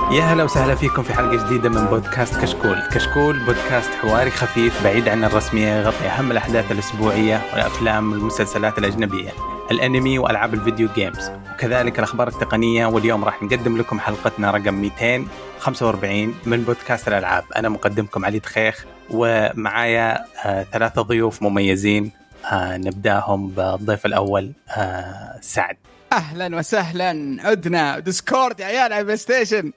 يا هلا وسهلا فيكم في حلقة جديدة من بودكاست كشكول. كشكول بودكاست حواري خفيف بعيد عن الرسمية، يغطي أهم الأحداث الأسبوعية والأفلام والمسلسلات الأجنبية، الأنمي وألعاب الفيديو جيمز، وكذلك الأخبار التقنية. واليوم راح نقدم لكم حلقتنا رقم 245 من بودكاست الألعاب. أنا مقدمكم علي دخيخ، ومعايا 3 ضيوف مميزين. نبداهم بالضيف الأول سعد. أهلا وسهلا، عدنا ديسكورد يا عيال على بلاي ستيشن.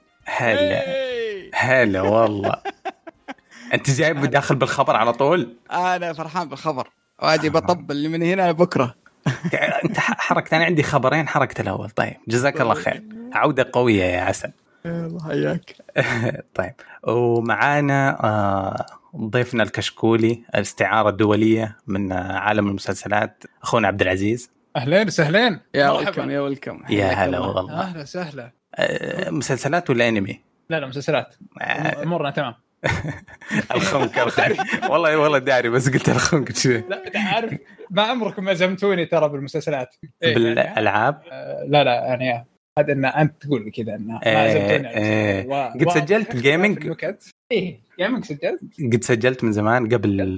هلا والله. أنت جايب داخل بالخبر على طول؟ أنا فرحان بالخبر وأجي بطبل اللي من هنا لبكرة. أنت حركت، أنا عندي خبرين، حركت الأول. طيب جزاك الله خير، عودة قوية يا عسل. الله حياك. طيب، ومعانا ضيفنا الكشكولي، الاستعارة الدولية من عالم المسلسلات، أخونا عبد العزيز. أهلين وسهلين، يا ولكم يا ولكم. يا هلا والله. أهلا وسهلا. مسلسلات ولا أنمي؟ لا مسلسلات، أمورنا تمام. الخنك والله داري، بس قلت الخنك شوي. لا تعرف ما عمركم مزمتوني ترى بالمسلسلات بالألعاب. لا يعني هذا إن أنت تقول كذا إن ما زمتوني. قد سجلت جيمينج. جيمينج سجلت. قد سجلت من زمان قبل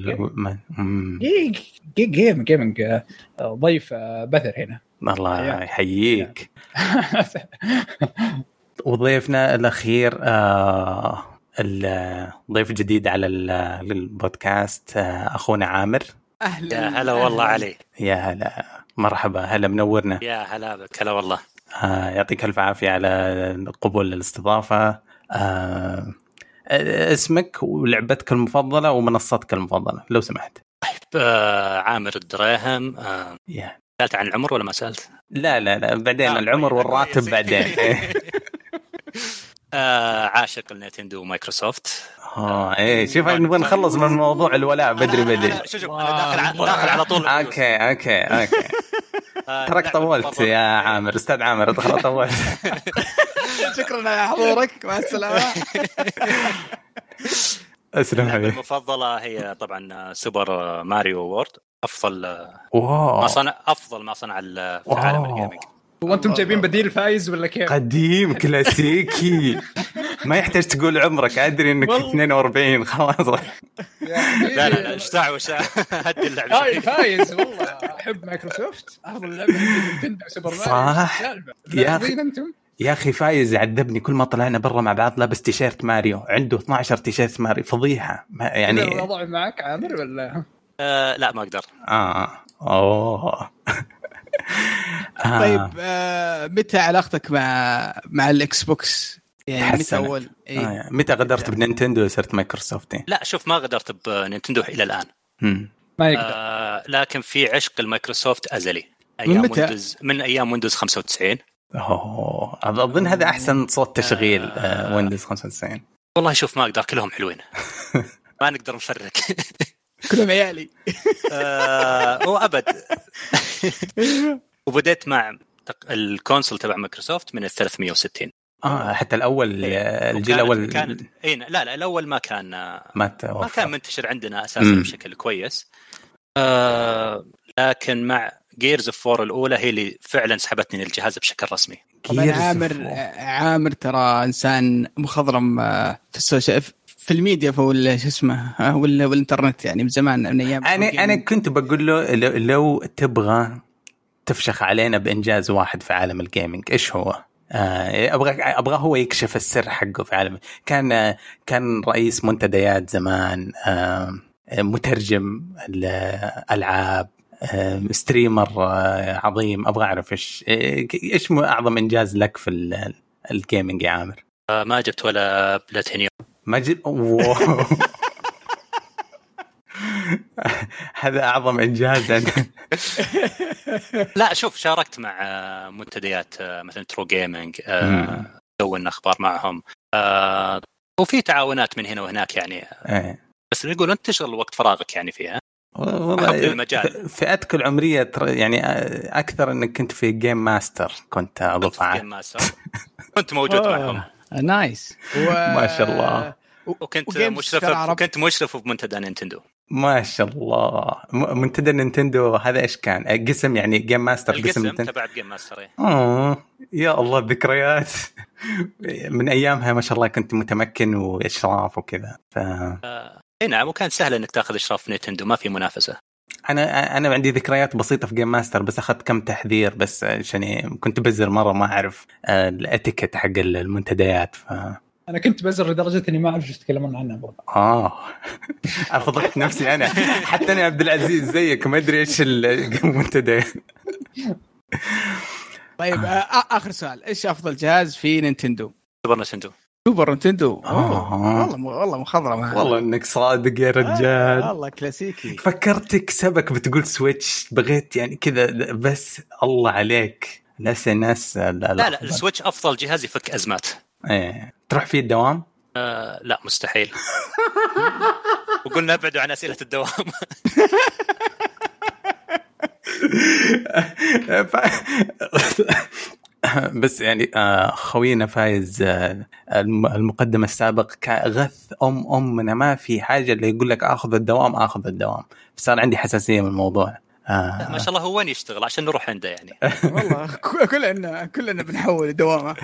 جيمينج. ضيف بثر هنا. الله يحييك. وضيفنا الأخير الضيف الجديد على البودكاست، أخونا عامر. أهلا. يا هلا والله علي. يا هلا، مرحبا، هلا منورنا. يا هلا بك. هلا والله. يعطيك الف عافية على قبول الاستضافة. اسمك ولعبتك المفضلة ومنصتك المفضلة لو سمحت. طيب، عامر الدراهم. سألت عن العمر ولا ما سألت؟ لا بعدين العمر والراتب بعدين. عاشق النينتندو ومايكروسوفت. ايه شوف نبغى نخلص من موضوع الولاء بدري. شوف انا داخل على طول. اوكي. ترك طولت يا عامر، استاذ عامر طولت. شكرا على حضورك، مع السلامة. اسلم حبيبي. المفضلة هي طبعا سوبر ماريو وورد، افضل ما صنع في عالم الجيمنج. وانتم جايبين بديل فايز ولا كيف؟ قديم كلاسيكي. ما يحتاج تقول عمرك، ادري انك 42 خلاص. لا اشتاع هدي اللعبه. فايز والله. احب مايكروسوفت، افضل لعبه نينتندو سوبر ماريو. صح يا اخي. فايز عذبني كل ما طلعنا برا مع بعض لابس تيشيرت ماريو، عنده 12 تيشيرت ماريو، فضيحه يعني. الوضع معك عامر ولا؟ لا ما اقدر. طيب، متى علاقتك مع الاكس بوكس؟ يعني متى اول متى غدرت بنينتندو وصرت مايكروسوفت؟ لا شوف، ما غدرت بنينتندو الى الان. ما يقدر. لكن في عشق المايكروسوفت ازلي، من ايام ويندوز 95. اظن هذا احسن صوت تشغيل ويندوز 95. والله شوف ما اقدر، كلهم حلوين. ما نقدر نفرق. كلهم عيالي. هو ابد. وبدأت مع الكونسول تبع مايكروسوفت من 360. حتى الأول، الجيل الأول لا الأول ما كان منتشر عندنا أساسا بشكل كويس. لكن مع جيرز اوف 4 الأولى هي اللي فعلا سحبتني للجهاز بشكل رسمي. عامر ترى إنسان مخضرم في السوشيال، في الميديا، في شو اسمه والإنترنت، يعني من زمان، من أيام. أنا كنت بقول له لو تبغى تفشخ علينا بإنجاز واحد في عالم الجيمينج إيش هو؟ أبغى هو يكشف السر حقه في عالم. كان رئيس منتديات زمان، مترجم الألعاب، ستريمر عظيم. أبغى أعرف إيش أعظم إنجاز لك في الجيمينج يا عامر؟ ما جبت ولا بلاتينيوم. ما جبت. هذا أعظم إنجاز. لا شوف، شاركت مع منتديات مثلا ترو جيمينج، سوينا أخبار معهم، وفي تعاونات من هنا وهناك يعني. بس نقول أنت تشغل وقت فراغك يعني فيها. والله المجال فئتك العمرية يعني أكثر أنك كنت في جيم ماستر. كنت أضيف جيم ماستر. كنت موجود معهم. نايس. ما شاء الله. وكنت مشرف بمنتدى نينتندو. ما شاء الله. منتدى نينتندو هذا ايش كان؟ قسم يعني جيم ماستر، قسم تبع جيم ماستر. يا الله ذكريات. من ايامها ما شاء الله كنت متمكن واشراف وكذا نعم، وكان سهل انك تاخذ اشراف نينتندو، ما في منافسه. انا عندي ذكريات بسيطه في جيم ماستر، بس اخذت كم تحذير بس عشان كنت بزر مره ما اعرف الاتيكيت حق المنتديات. انا كنت بزر لدرجه اني ما اعرف ايش يتكلمون عنها برضه. افضلت نفسي انا، حتى انا عبد العزيز زيك ما ادري ايش المنتدى. طيب اخر سؤال، ايش افضل جهاز في نينتندو؟ سوبر نينتندو. والله مخضرم. والله انك صادق يا رجال. والله كلاسيكي. فكرتك سبك بتقول سويتش، بغيت يعني كذا بس الله عليك. ناس لا السويتش افضل جهاز يفك ازمات. ايه تروح فيه الدوام؟ لا مستحيل. وقلنا ابعدوا عن اسئله الدوام. بس يعني خوينا فايز المقدم السابق غث أمنا ما في حاجة اللي يقول لك أخذ الدوام فصار عندي حساسية من الموضوع. ما شاء الله هو وين يشتغل عشان نروح عنده يعني. والله كلنا بنحول الدوام.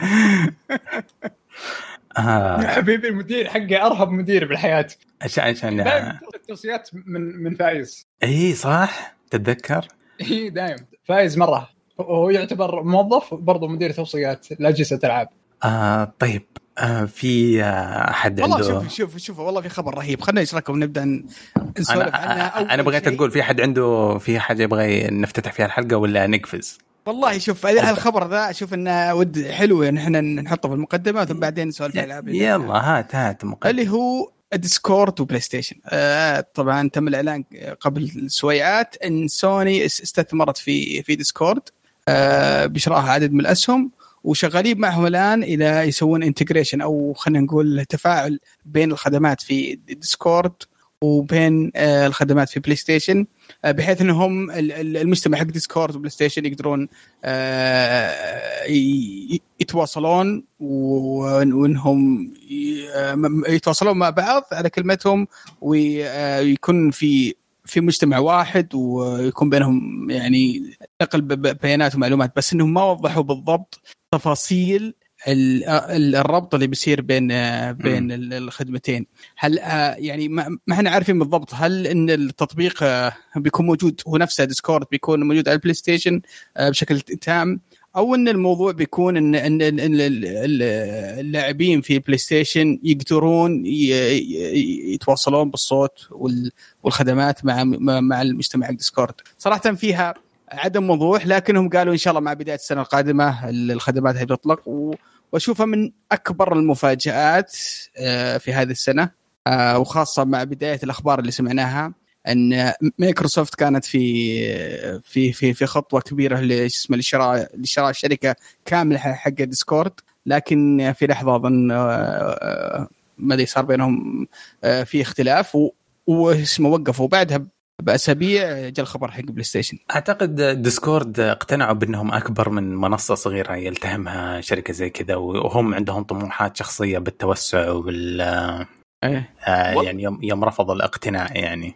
حبيبي المدير حقي أرهب مدير بالحياة. عشان التوصيات من فايز. إيه صح تتذكر. إيه دايم فايز مرة هو يعتبر موظف برضو مدير توصيات لأجهزة العاب. طيب في أحد عنده والله شوف والله في خبر رهيب، خلنا نشاركه ونبدأ نسولف عنها. أنا بغيت أقول في أحد عنده في حاجة يبغى نفتتح فيها الحلقة ولا نقفز؟ والله شوف الخبر ذا أشوف إنه ود حلو يعني إحنا نحطه في المقدمة ثم بعدين نسولف عن الألعاب. يلا هات مقدمة. اللي هو ديسكورد وبلاي ستيشن. طبعا تم الإعلان قبل سويعات إن سوني استثمرت في ديسكورد بشراءها عدد من الأسهم، وشغالين معهم الآن إلى يسوون انتجريشن أو خلينا نقول تفاعل بين الخدمات في ديسكورد وبين الخدمات في بلاي ستيشن، بحيث أنهم المجتمع حق ديسكورد وبلاي ستيشن يقدرون يتواصلون وأنهم يتواصلون مع بعض على كلمتهم، ويكون في مجتمع واحد ويكون بينهم يعني نقل بيانات ومعلومات، بس انهم ما وضحوا بالضبط تفاصيل الربط اللي بيصير بين الخدمتين. هل يعني ما احنا عارفين بالضبط هل ان التطبيق بيكون موجود هو نفسه ديسكورد بيكون موجود على البلاي ستيشن بشكل تام، او ان الموضوع بيكون ان اللاعبين في البلاي ستيشن يقدرون يتواصلون بالصوت والخدمات مع المجتمع ديسكورد. صراحه فيها عدم وضوح، لكنهم قالوا ان شاء الله مع بدايه السنه القادمه الخدمات هتطلق، واشوفها من اكبر المفاجآت في هذه السنه، وخاصه مع بدايه الاخبار اللي سمعناها ان مايكروسوفت كانت في خطوه كبيره لشراء الشركه كامله حق ديسكورد، لكن في لحظه اظن ما صار بينهم في اختلاف واسمه وقفوا، بعدها بأسابيع جاء الخبر حق بلاي ستيشن. أعتقد ديسكورد اقتنعوا بأنهم أكبر من منصة صغيرة يلتهمها شركة زي كذا، وهم عندهم طموحات شخصية بالتوسع وبال يعني يوم رفضوا الاقتناع يعني.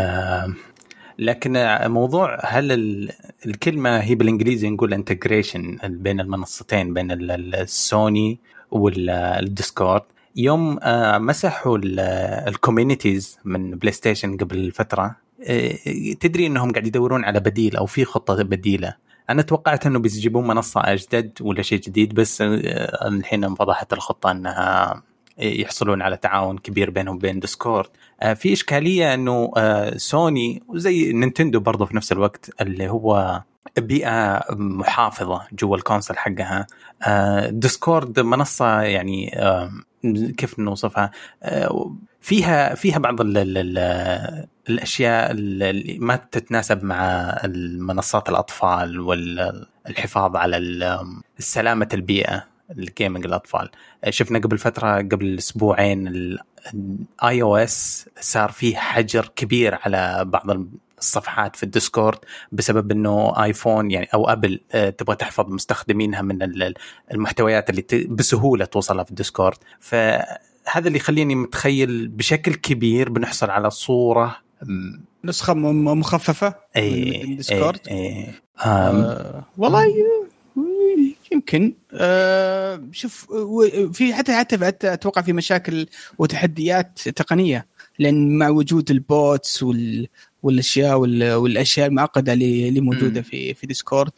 لكن موضوع هل الكلمة هي بالإنجليزي نقول انتجريشن بين المنصتين بين السوني والديسكورد. يوم مسحوا الكوميونيتيز من بلاي ستيشن قبل فترة، تدري انهم قاعد يدورون على بديل او في خطة بديلة. انا توقعت انه بيجيبون منصة اجدد ولا شيء جديد، بس الحين انفضحت الخطة انها يحصلون على تعاون كبير بينهم وبين ديسكورد. في اشكالية انه سوني وزي نينتندو برضو في نفس الوقت اللي هو بيئة محافظة جوا الكونسول حقها. ديسكورد منصة يعني كيف نوصفها، فيها بعض الأشياء اللي ما تتناسب مع المنصات الأطفال والحفاظ على السلامة البيئة الجيمنج الأطفال. شفنا قبل فترة قبل أسبوعين iOS صار فيه حجر كبير على بعض الصفحات في الديسكورد بسبب انه ايفون يعني او ابل تبغى تحفظ مستخدمينها من المحتويات اللي بسهولة توصلها في الديسكورد. فهذا اللي يخليني متخيل بشكل كبير بنحصل على صورة نسخة مخففة من الديسكورد. والله يمكن شوف في حتى اتوقع في مشاكل وتحديات تقنيه، لان مع وجود البوتس والاشياء والاشياء المعقده اللي موجوده في ديسكورد.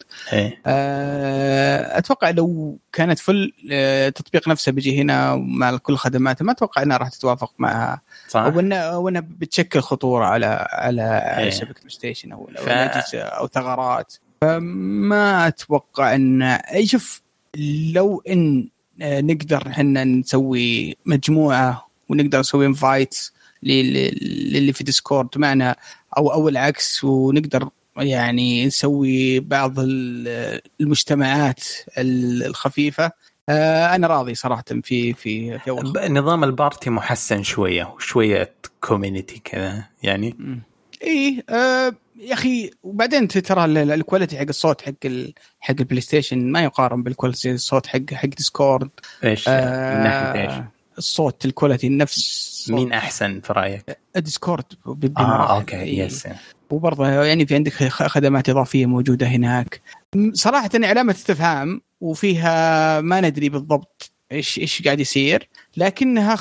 اتوقع لو كانت فل التطبيق نفسه بيجي هنا مع كل خدماته، ما اتوقع انها راح تتوافق معها، او انها بتشكل خطوره على شبكه بلاي ستيشن او او ثغرات. فما اتوقع ان شوف لو ان نقدر احنا نسوي مجموعه ونقدر نسوي انفايتس للي في ديسكورد معنا او العكس، ونقدر يعني نسوي بعض المجتمعات الخفيفه، انا راضي صراحه في أول نظام البارتي محسن شويه كوميونتي كذا يعني. ايه يا اخي، وبعدين ترى الكواليتي حق الصوت حق البلاي ستيشن ما يقارن بالكواليتي الصوت حق ديسكورد. ايش من ناحيه ايش الصوت الكواليتي نفس مين احسن في رايك؟ ديسكورد اوكي يس. وبرضه يعني في عندك خدمات اضافيه موجوده هناك صراحه علامه استفهام، وفيها ما ندري بالضبط ايش قاعد يصير، لكنها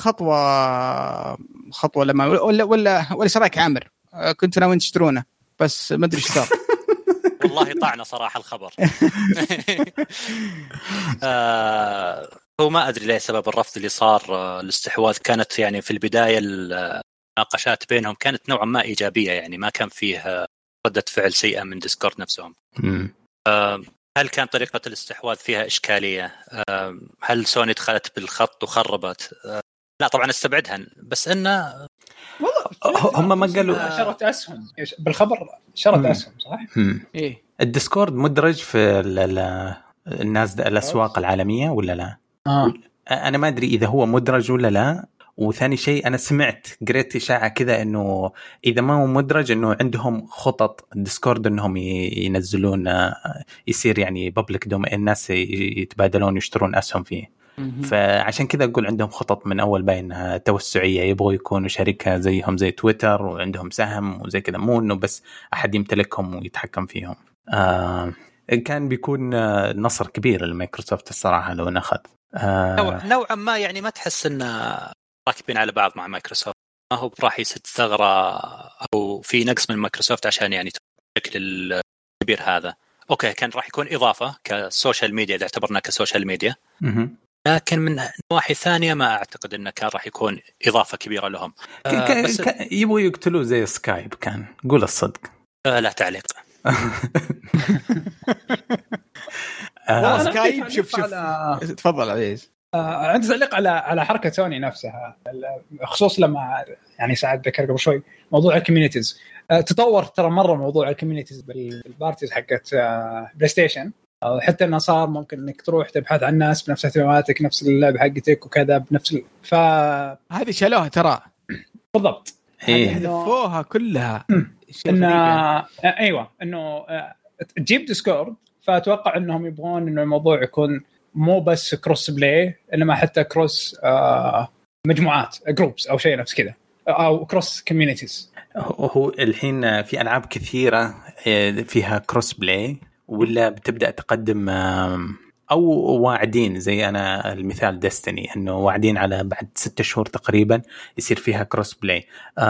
خطوه لما ولا ايش رايك عامر؟ كنت ناوي تشترونه بس ما ادري ايش صار. والله طعنا صراحه الخبر. هو ما ادري ليه سبب الرفض اللي صار. الاستحواذ كانت يعني في البدايه المناقشات بينهم كانت نوعا ما ايجابيه، يعني ما كان فيه ردة فعل سيئه من ديسكورد نفسهم. هل كان طريقه الاستحواذ فيها اشكاليه؟ هل سوني دخلت بالخط وخربت؟ لا طبعا استبعدها، بس انه هم ما قالوا شرط اسهم بالخبر، شرط اسهم صح؟ ايه الديسكورد مدرج في الناس الاسواق العالميه ولا لا؟ انا ما ادري اذا هو مدرج ولا لا. وثاني شيء انا قريت اشاعه كذا انه اذا ما هو مدرج انه عندهم خطط الديسكورد انهم ينزلون يصير يعني بابليك دومين، الناس يتبادلون يشترون اسهم فيه. فعشان كذا أقول عندهم خطط من أول باينها توسعية، يبغوا يكونوا شركة زيهم زي تويتر وعندهم سهم وزي كذا، مو إنه بس أحد يمتلكهم ويتحكم فيهم. كان بيكون نصر كبير لمايكروسوفت الصراحة لو نأخذ نوعا ما، يعني ما تحس إن راكبين على بعض مع مايكروسوفت، ما هو راح يسد ثغرة أو في نقص من مايكروسوفت عشان يعني الشكل الكبير هذا. أوكي كان راح يكون إضافة كسوشيال ميديا إذا اعتبرنا كسوشيال ميديا، لكن من نواحي ثانية ما أعتقد أنه كان راح يكون إضافة كبيرة لهم. بس يبغوا يقتلوا زي سكايب، كان قول الصدق. لا تعليق. سكايب شوف تفضل عزيز. عندي تعليق على حركة سوني نفسها، خصوص لما يعني ساعد ذكر قبل شوي موضوع الكوميونيتيز. تطور ترى مرة موضوع الكوميونيتيز بالبارتيز حقت بلاي ستيشن، أو حتى إنه صار ممكن إنك تروح تبحث عن ناس بنفس اهتماماتك، نفس اللعبة حقتك وكذا بنفس هذه شالوها ترى بالضبط. حذفوها كلها. أيوة إنه تجيب ديسكورد، فأتوقع إنهم يبغون إنه الموضوع يكون مو بس كروس بلاي، إنما حتى كروس مجموعات جروبس أو شيء نفس كذا، أو كروس كوميونيتيز. هو الحين في ألعاب كثيرة فيها كروس بلاي، ولا بتبدأ تقدم أو واعدين زي أنا المثال ديستني إنه واعدين على بعد 6 شهور تقريبا يصير فيها كروس بلاي.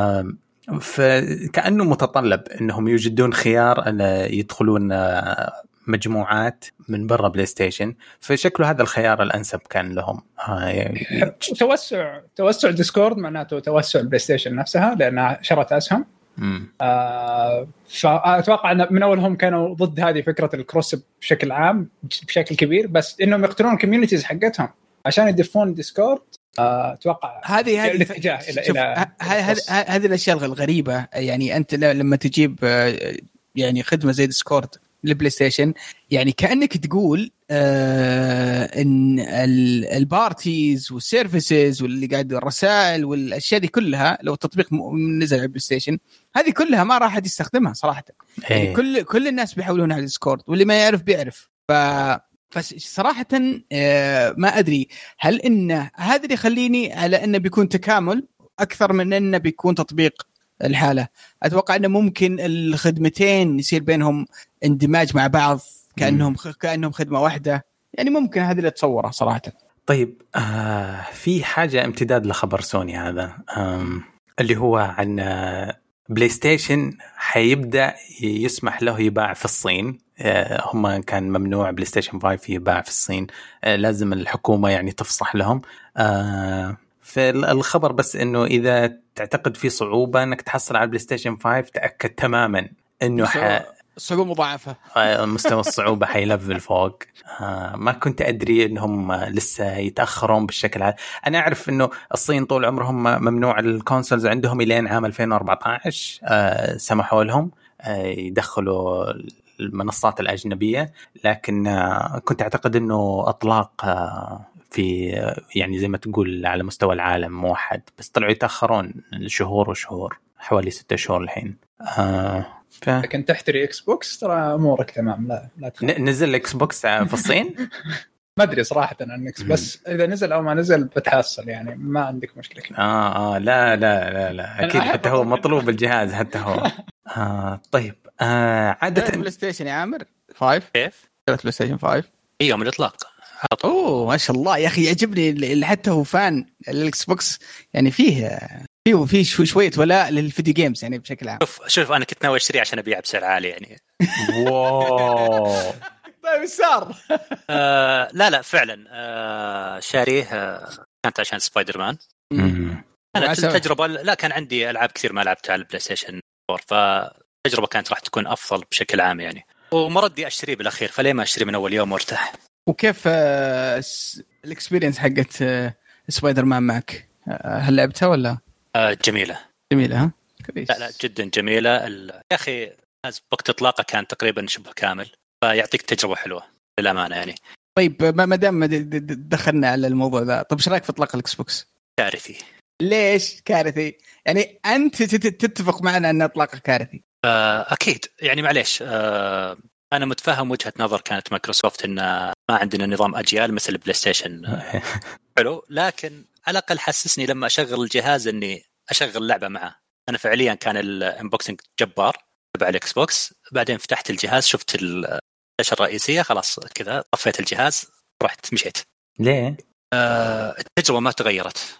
فكأنه متطلب إنهم يوجدون خيار أن يدخلون مجموعات من برا بلاي ستيشن، فشكله هذا الخيار الأنسب كان لهم. توسع ديسكورد معناته توسع البلاي ستيشن نفسها لأنها شرت أسهم. فأتوقع أن من أولهم كانوا ضد هذه فكرة الكروس بشكل عام بشكل كبير، بس إنهم يقتلون الكوميونيتيز حقتهم عشان يدفون ديسكورد. أتوقع هذه الأشياء الغريبة. يعني أنت لما تجيب يعني خدمة زي ديسكورد للبلاي ستيشن، يعني كأنك تقول إن البارتيز والسيرفيسز واللي قاعد الرسائل والأشياء دي كلها لو التطبيق نزل على البلاي ستيشن هذه كلها ما راح يستخدمها صراحة. يعني كل الناس بيحولونها على ديسكورد، واللي ما يعرف بيعرف. فصراحة ما أدري هل إن هذا اللي يخليني على إنه بيكون تكامل أكثر من إنه بيكون تطبيق الحالة. أتوقع إنه ممكن الخدمتين يصير بينهم اندماج مع بعض كأنهم خدمة واحدة، يعني ممكن هذا اللي اتصوره صراحه. طيب في حاجة امتداد لخبر سوني هذا اللي هو عن بلاي ستيشن حيبدأ يسمح له يباع في الصين. هم كان ممنوع بلاي ستيشن 5 يباع في الصين، لازم الحكومة يعني تفصح لهم. فالخبر بس انه اذا تعتقد في صعوبة انك تحصل على بلاي ستيشن 5 تأكد تماما انه صعوبة مضاعفة، مستوى الصعوبة حيلفل فوق. ما كنت أدري إنهم لسه يتأخرون بالشكل هذا. أنا أعرف إنه الصين طول عمرهم ممنوع الكونسولز عندهم إلين عام 2014 سمحوا لهم يدخلوا المنصات الأجنبية، لكن كنت أعتقد إنه أطلاق في يعني زي ما تقول على مستوى العالم موحد، بس طلعوا يتأخرون شهور وشهور، حوالي 6 شهور الحين. لكن تحتري اكس بوكس ترى امورك تمام. لا تخاف. نزل الاكس بوكس في الصين؟ ما ادري صراحه عن اكس، بس اذا نزل او ما نزل بتحصل يعني، ما عندك مشكله كده. لا لا لا لا اكيد، حتى هو مطلوب الجهاز حتى هو. طيب عاده بلاي ستيشن يا عامر 5 كيف بلاي ستيشن 5 يوم الاطلاق. اوه ما شاء الله يا اخي، يعجبني اللي حتى هو فان الاكس بوكس، يعني فيه شويه ولاء للفيديو جيمز يعني بشكل عام. شوف انا كنت ناوي اشتري عشان ابيع بسعر عالي يعني. واو طيب صار لا فعلا شاريه كانت عشان سبايدر مان. انا التجربه لا كان عندي العاب كثير ما لعبتها على البلاي ستيشن 4، فالتجربه كانت راح تكون افضل بشكل عام يعني، ومردي اشتري بالاخير، فليه ما اشتري من اول يوم وارتاح. وكيف الاكسبيرينس حقت سبايدر مان معك؟ هل لعبتها ولا؟ جميله ها كويس. لا جدا جميله يا اخي، وقت اطلاقه كان تقريبا شبه كامل، فيعطيك تجربه حلوه للامانه يعني. طيب ما دام دخلنا على الموضوع ذا، طب ايش رايك في اطلاق الاكس بوكس؟ كارثي. ليش كارثي؟ يعني انت تتفق معنا ان اطلاقه كارثي؟ اكيد يعني معليش، انا متفهم وجهه نظر كانت مايكروسوفت ان ما عندنا نظام اجيال مثل البلاي ستيشن حلو، لكن على الاقل حسسني لما اشغل الجهاز اني اشغل لعبه معه. انا فعليا كان الانبوكسنج جبار تبع الاكس بوكس، بعدين فتحت الجهاز شفت الشاشه الرئيسيه، خلاص كذا طفيت الجهاز رحت مشيت. ليه؟ التجربه ما تغيرت.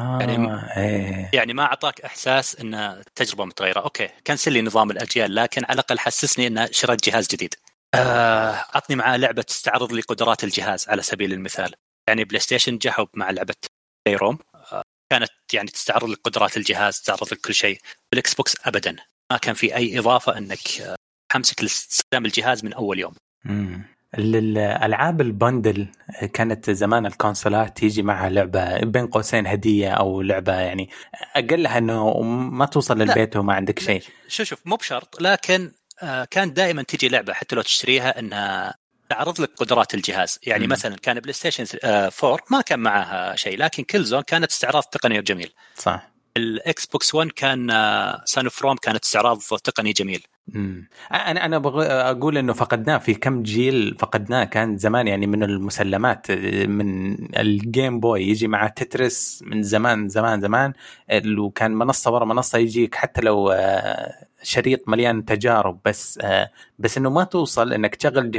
يعني ما أعطاك إحساس إن التجربة متغيرة. أوكي كنسل لي نظام الأجيال، لكن على الأقل حسسني إن شريت جهاز جديد. عطني معاه لعبة تستعرض لي قدرات الجهاز على سبيل المثال. يعني بلاي ستيشن جحوا مع لعبة بلايروم كانت يعني تستعرض لك قدرات الجهاز، تستعرض لك كل شيء. بالإكس بوكس أبدا ما كان في أي إضافة إنك حمسك لاستخدام الجهاز من أول يوم. الألعاب البندل كانت زمان الكونسولات تيجي معها لعبة بين قوسين هدية أو لعبة يعني أقلها أنه ما توصل للبيت وما عندك شيء. شوف مو بشرط، لكن كان دائما تيجي لعبة حتى لو تشتريها أنها تعرض لك قدرات الجهاز. يعني مثلا كان بلاي ستيشن 4 ما كان معها شيء، لكن كل زون كانت استعراض تقني جميل. صح. الاكس بوكس 1 كان سانوفروم كانت استعراض تقني جميل. انا اقول انه فقدناه في كم جيل، فقدناه. كان زمان يعني من المسلمات، من الجيم بوي يجي مع تترس من زمان زمان زمان، لو كان منصه ورا منصه يجيك حتى لو شريط مليان تجارب، بس انه ما توصل انك تشغل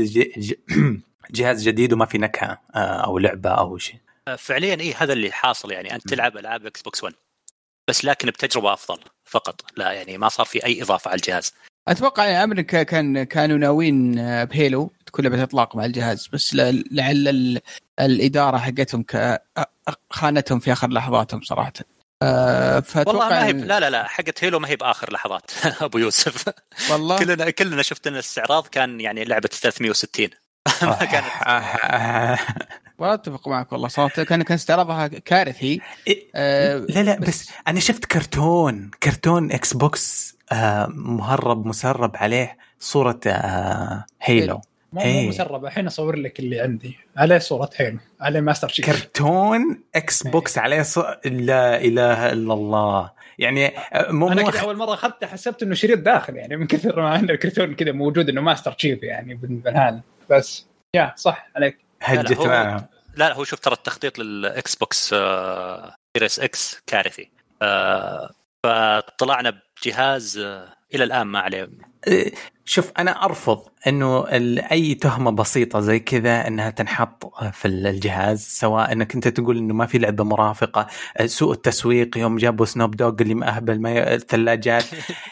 جهاز جديد وما في نكهه او لعبه او شيء. فعليا هذا اللي حاصل. يعني انت تلعب العاب اكس بوكس 1 بس لكن بتجربه افضل فقط، لا يعني ما صار في اي اضافه على الجهاز. اتوقع يا امريكا كانوا ناويين بهيلو تكون لعبه اطلاق مع الجهاز، بس لعل الاداره حقتهم خانتهم في اخر لحظاتهم صراحه. والله ما هي لا حقت هيلو ما هي باخر لحظات ابو يوسف. والله كلنا شفت ان الاستعراض كان يعني لعبه 360 ما كانت. والله اتفق معك والله صراحه، كان استعراضها كارثي. لا بس انا شفت كرتون اكس بوكس مسرب عليه صوره هيلو. مو مسرب، الحين اصور لك اللي عندي عليه صوره هيلو، عليه ماستر شيف كرتون اكس بوكس عليه لا اله الا الله. يعني انا كده اول مره اخذته حسبت انه شريط داخل، يعني من كثر ما عنده الكرتون كذا موجود انه ماستر شيف يعني بالهال. بس يا صح عليك. لا هو شوف ترى التخطيط للاكس بوكس سيريس اكس كارثي. فطلعنا بجهاز الى الان ما عليه. شوف أنا أرفض إنه أي تهمة بسيطة زي كذا إنها تنحط في الجهاز، سواء إنك أنت تقول إنه ما في لعبة مرافقة، سوء التسويق يوم جابوا سنوب دوغ اللي مأهبل ما الثلاجات.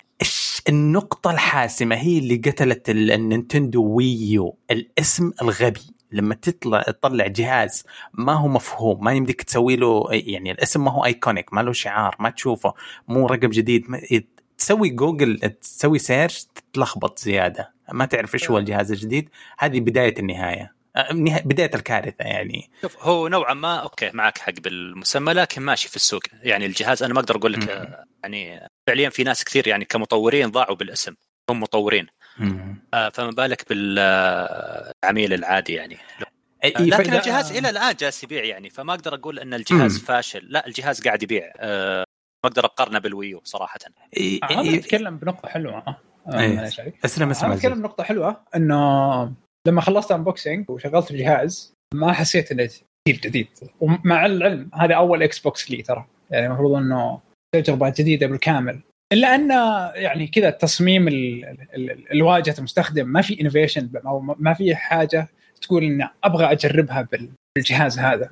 النقطة الحاسمة هي اللي قتلت النينتندو ويو، الاسم الغبي. لما تطلع جهاز ما هو مفهوم، ما يمديك تسوي له يعني الاسم ما هو ايكونيك، ما له شعار، ما تشوفه، مو رقم جديد، تسوي جوجل تسوي سيرش تتلخبط زيادة، ما تعرف إيش هو الجهاز الجديد. هذه بداية النهاية، بداية الكارثة يعني. شوف هو نوعا ما أوكي معك حق بالمسمى، لكن ماشي في السوق يعني. الجهاز أنا ما أقدر أقول لك يعني فعليا في ناس كثير يعني كمطورين ضاعوا بالاسم، هم مطورين، فما بالك بالعميل العادي يعني. لكن الجهاز إلى الآن جالس يبيع يعني، فما أقدر أقول أن الجهاز فاشل، لا الجهاز قاعد يبيع. ما أقدر أقارنه بالويو صراحة. أنا أتكلم بنقطة حلوة. أسلم أتكلم بنقطة حلوة إنه لما خلصت أنبوكسينج وشغلت الجهاز ما حسيت إنه جديد، ومع العلم هذا أول إكس بوكس لي ترى، يعني المفروض إنه تجربة جديدة بالكامل، إلا أن يعني كذا التصميم الواجهة المستخدم ما في إنوفيشن أو ما في حاجة تقول إن أبغى أجربها بالجهاز هذا.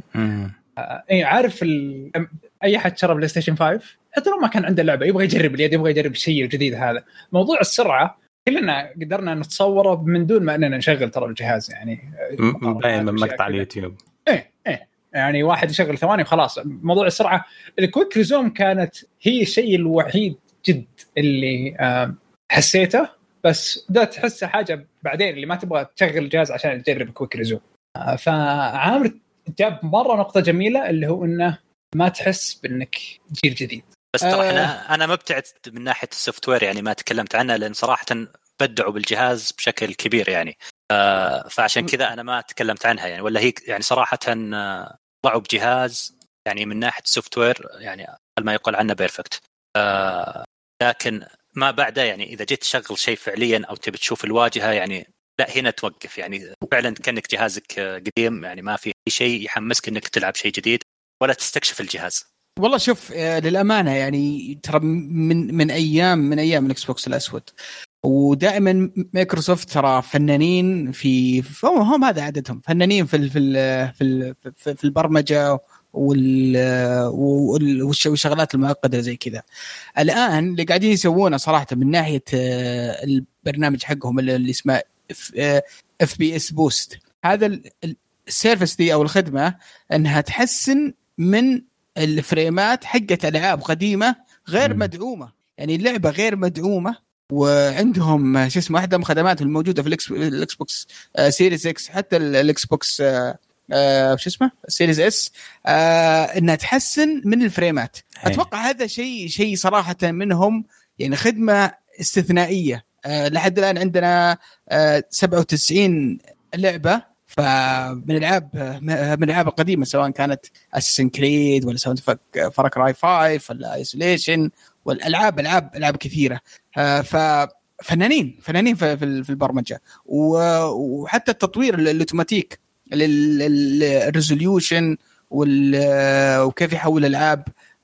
عارف أي حد شرب بلاي ستيشن 5 حتى لو ما كان عنده لعبة يبغى يجرب اليد، يبغى يجرب الشيء الجديد هذا. موضوع السرعة كلنا قدرنا نتصوره من دون ما أننا نشغل ترى الجهاز يعني، باين من مقطع اليوتيوب. يعني واحد يشغل ثواني وخلاص. موضوع السرعة الكويك ريزوم كانت هي الشيء الوحيد جد اللي حسيته، بس ده تحس حاجة بعدين اللي ما تبغى تشغل الجهاز عشان تجرب كويك ريزوم. فعامر جاب مرة نقطة جميلة اللي هو إنه ما تحس بأنك جيل جديد. بس ترى أنا مبتعد من ناحية السوفت وير يعني، ما تكلمت عنه لأن صراحة بدعوا بالجهاز بشكل كبير يعني، فعشان كذا أنا ما تكلمت عنها يعني. ولا هي يعني صراحة ضعوا بجهاز يعني من ناحية السوفت وير يعني ما يقول عنه بيرفكت، لكن ما بعده يعني إذا جيت تشغل شيء فعليا أو تبي تشوف الواجهة يعني لا هنا توقف يعني. فعلا كأنك جهازك قديم يعني، ما في شيء يحمسك إنك تلعب شيء جديد ولا تستكشف الجهاز. والله شوف للأمانة يعني ترى من أيام الاكس بوكس الأسود، ودائما مايكروسوفت ترى فنانين هم هذا عددهم فنانين في البرمجة والشغلات المعقدة زي كذا. الآن اللي قاعدين يسوونه صراحة من ناحية البرنامج حقهم اللي اسمه FPS بوست، هذا السيرفيس دي أو الخدمة أنها تحسن من الفريمات حقت ألعاب قديمة غير مدعومة، يعني اللعبة غير مدعومة، وعندهم شو اسمه واحدة من خدمات الموجودة في الإكس بوكس سيريز إكس، حتى الإكس بوكس شو اسمه سيريز إس، إنها تحسن من الفريمات. أتوقع هذا شيء صراحة منهم يعني خدمة استثنائية. لحد الآن عندنا 97 لعبة فمن الألعاب القديمة، سواء كانت أساسن كريد ولا سواء فار كراي 5 ولا ايسوليشن والألعاب كثيرة. ففنانين في البرمجة، وحتى التطوير الأوتوماتيك للريزوليوشن وكيف يحول الألعاب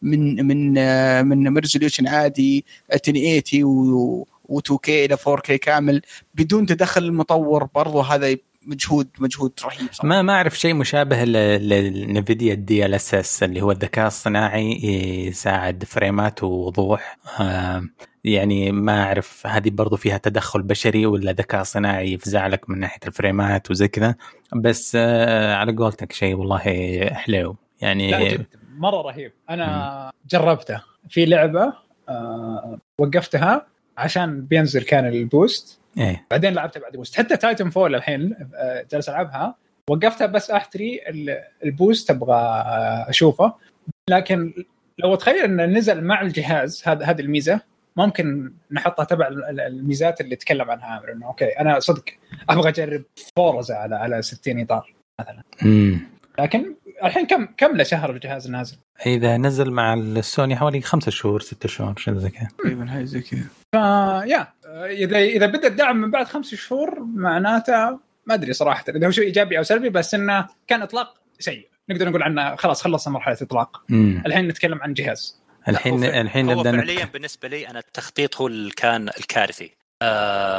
من ريزوليوشن عادي 1080 و2K إلى 4K كامل بدون تدخل المطور. برضو هذا مجهود رهيب صراحة. ما أعرف شيء مشابه لنفيديا DLSS اللي هو الذكاء الصناعي يساعد فريمات ووضوح. يعني ما أعرف هذه برضو فيها تدخل بشري ولا ذكاء صناعي يفزع لك من ناحية الفريمات وزي كذا. بس على قولتك شيء والله حلو يعني، لا جد مرة رهيب. أنا جربته في لعبة وقفتها عشان بينزل كان البوست، بعدين لعبتها بعد بوست. حتى تايتن فول الحين جالس ألعبها وقفتها بس أحتري البوست أبغى أشوفه. لكن لو تخيل أن نزل مع الجهاز هذه الميزة ممكن نحطها تبع الميزات اللي تكلم عنها عامر، إنه أوكي أنا صدق أبغى أجرب فورزا على 60 إطار مثلا. لكن الحين كم له شهر الجهاز نازل؟ إذا نزل مع السوني حوالي 5 شهور 6 شهور شيء زي كذا تقريبا، هاي زي كذا. يا إذا بدأ الدعم من بعد 5 شهور معناته ما أدري صراحة إذا هو شيء إيجابي أو سلبي، بس إنه كان إطلاق سيء نقدر نقول عنه خلاص خلصنا مرحلة إطلاق. الحين نتكلم عن جهاز. الحين هو فعليا بالنسبة لي أنا التخطيط هو اللي كان الكارثي.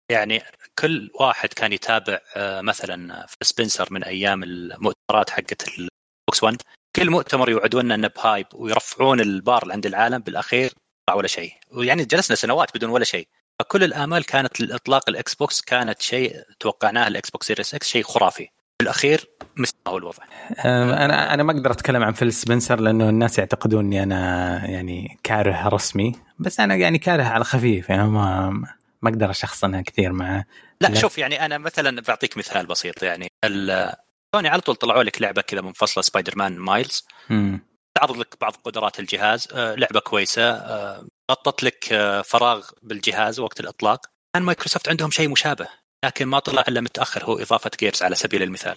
يعني كل واحد كان يتابع مثلا في سبنسر من ايام المؤتمرات حقت البوكس 1، كل مؤتمر يوعدون لنا بهايب ويرفعون البار عند العالم، بالاخير طلع ولا شيء، ويعني جلسنا سنوات بدون ولا شيء. فكل الامال كانت الاطلاق الاكس بوكس كانت شيء توقعناه، الاكس بوكس سيريس اكس شيء خرافي، بالاخير مثل ما هو الوضع. انا ما اقدر اتكلم عن فيل سبنسر لانه الناس يعتقدون اني انا يعني كاره رسمي، بس انا يعني كاره على خفيف، يعني ما اقدر اشخصنها كثير معه. لا شوف، يعني انا مثلا بعطيك مثال بسيط، يعني سوني على طول طلعوا لك لعبه كذا منفصله، سبايدر مان مايلز، تعرض لك بعض قدرات الجهاز، لعبه كويسه، غطت لك فراغ بالجهاز وقت الاطلاق. كان مايكروسوفت عندهم شيء مشابه لكن ما طلع الا متاخر، هو اضافه جيرز على سبيل المثال.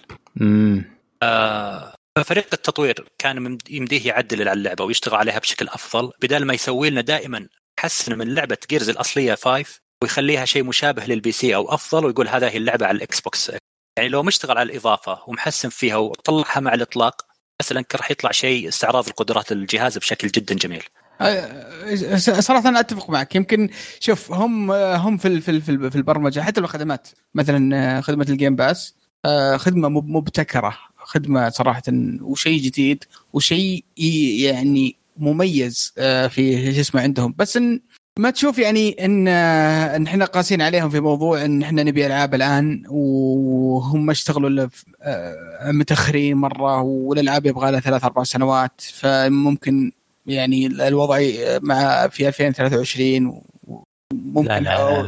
فريق التطوير كان يمديه يعدل على اللعبه ويشتغل عليها بشكل افضل، بدل ما يسوي لنا دائما يحسن من لعبه جيرز الاصليه 5 ويخليها شيء مشابه للبي سي او افضل، ويقول هذا هي اللعبه على الاكس بوكس. يعني لو مشتغل على الاضافه ومحسن فيها وطلعها مع الاطلاق مثلا، راح يطلع شيء استعراض القدرات الجهاز بشكل جدا جميل. صراحه انا اتفق معك. يمكن شوف هم في البرمجه حتى الخدمات، مثلا خدمه الجيم باس خدمه مبتكره، خدمه صراحه وشيء جديد وشيء يعني مميز في اسمه عندهم. بس ما تشوف يعني ان احنا قاسين عليهم في موضوع ان احنا نبي العاب الان وهم اشتغلوا متاخرين مره، والالعاب يبغى لها 3-4 سنوات، فممكن يعني الوضع مع في 2023 ممكن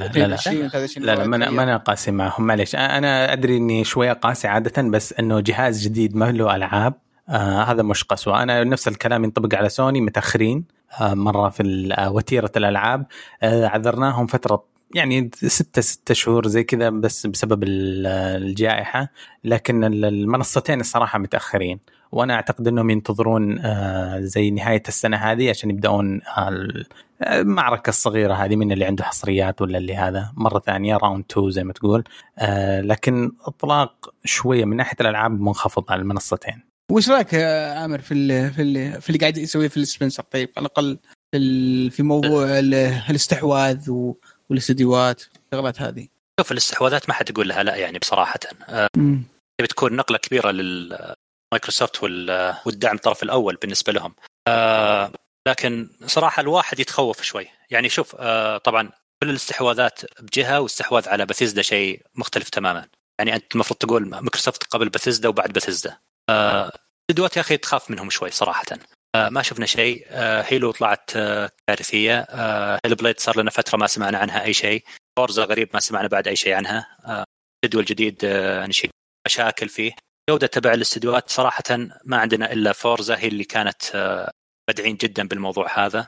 لا ما أنا قاسي معهم، معليش. أنا أدري إني شوية قاسي عادة، بس إنه جهاز جديد ما له ألعاب هذا مش قسوة. أنا نفس الكلام ينطبق على سوني، متأخرين مرة في وتيرة الألعاب، عذرناهم فترة يعني 6 شهور زي كذا بس بسبب الجائحة، لكن المنصتين الصراحة متأخرين، وأنا أعتقد أنهم ينتظرون زي نهاية السنة هذه عشان يبدأون المعركة الصغيرة هذه، من اللي عنده حصريات ولا اللي هذا مرة ثانية راوند 2 زي ما تقول. لكن إطلاق شوية من ناحية الألعاب منخفض على المنصتين. وش رأيك يا عامر في اللي قاعد يسويه في السبنسر؟ طيب على الأقل في موضوع الاستحواذ والاستديوهات شغلات هذه. شوف الاستحواذات ما حد يقول لها لا، يعني بصراحة بتكون نقلة كبيرة للمايكروسوفت والدعم الطرف الأول بالنسبة لهم. لكن صراحة الواحد يتخوف شوي. يعني شوف طبعا كل الاستحواذات بجهة، واستحواذ على بثيزدا شيء مختلف تماما. يعني أنت المفروض تقول مايكروسوفت قبل بثيزدا وبعد بثيزدا. الدوات يا أخي تخاف منهم شوي صراحة. ما شفنا شيء. هيلو طلعت كارثية. هيل بليد صار لنا فترة ما سمعنا عنها أي شيء. فورزا غريب ما سمعنا بعد أي شيء عنها. الجدول الجديد نشيل مشاكل فيه. جودة تبع الاستديوهات صراحة ما عندنا إلا فورزا هي اللي كانت بدعين جدا بالموضوع هذا.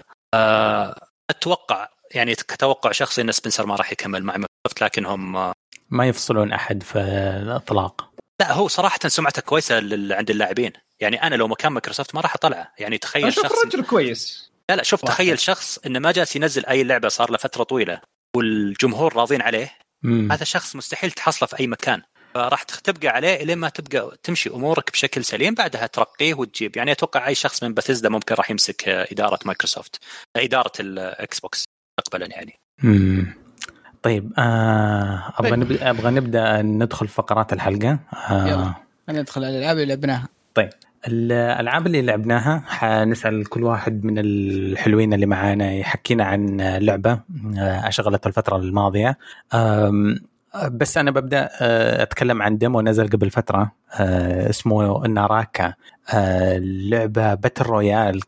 أتوقع يعني كتوقع شخصي أن سبنسر ما راح يكمل مع مايكروسوفت، لكنهم ما يفصلون أحد في الإطلاق. لا هو صراحة سمعته كويسة عند اللاعبين. يعني أنا لو مكان مايكروسوفت ما راح أطلعه. يعني تخيل شخص رجل كويس. لا شوف تخيل شخص إنه ما جالس ينزل أي لعبة صار له فترة طويلة والجمهور راضين عليه. هذا شخص مستحيل تحصله في أي مكان، فراح تبقى عليه لين ما تبقى تمشي أمورك بشكل سليم، بعدها ترقيه وتجيب. يعني أتوقع أي شخص من بثيزدا ممكن راح يمسك إدارة مايكروسوفت، إدارة الإكس بوكس مستقبلا يعني. طيب أبغى نبدأ ندخل فقرات الحلقة. يلا ندخل على الألعاب اللي لعبناها. طيب الألعاب اللي لعبناها حنسأل كل واحد من الحلوين اللي معانا يحكينا عن لعبة أشغلت الفترة الماضية. بس أنا ببدأ أتكلم عن ديمو نزل قبل فترة اسمه ناراكا. اللعبة باتل رويال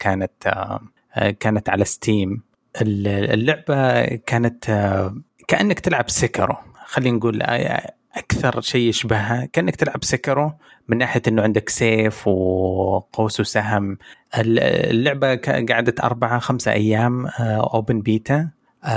كانت على ستيم. اللعبة كانت كأنك تلعب سيكرو، خلينا نقول أكثر شيء يشبهها كأنك تلعب سيكرو من ناحية أنه عندك سيف وقوس وسهم. اللعبة قعدت 4-5 أيام أوبن بيتا،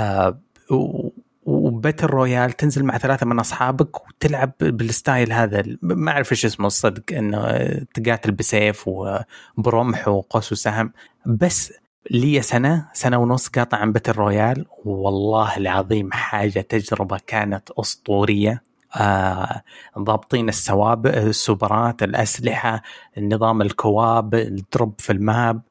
وباتل رويال تنزل مع 3 من أصحابك وتلعب بالستايل هذا. ما أعرف إيش اسمه الصدق، إنه تقاتل بسيف وبرمح وقوس وسهم. بس لي سنة ونص قاطع عن باتل رويال، والله العظيم حاجة تجربة كانت أسطورية. ضابطين السوبرات، الأسلحة، النظام الكواب، الدروب في الماب.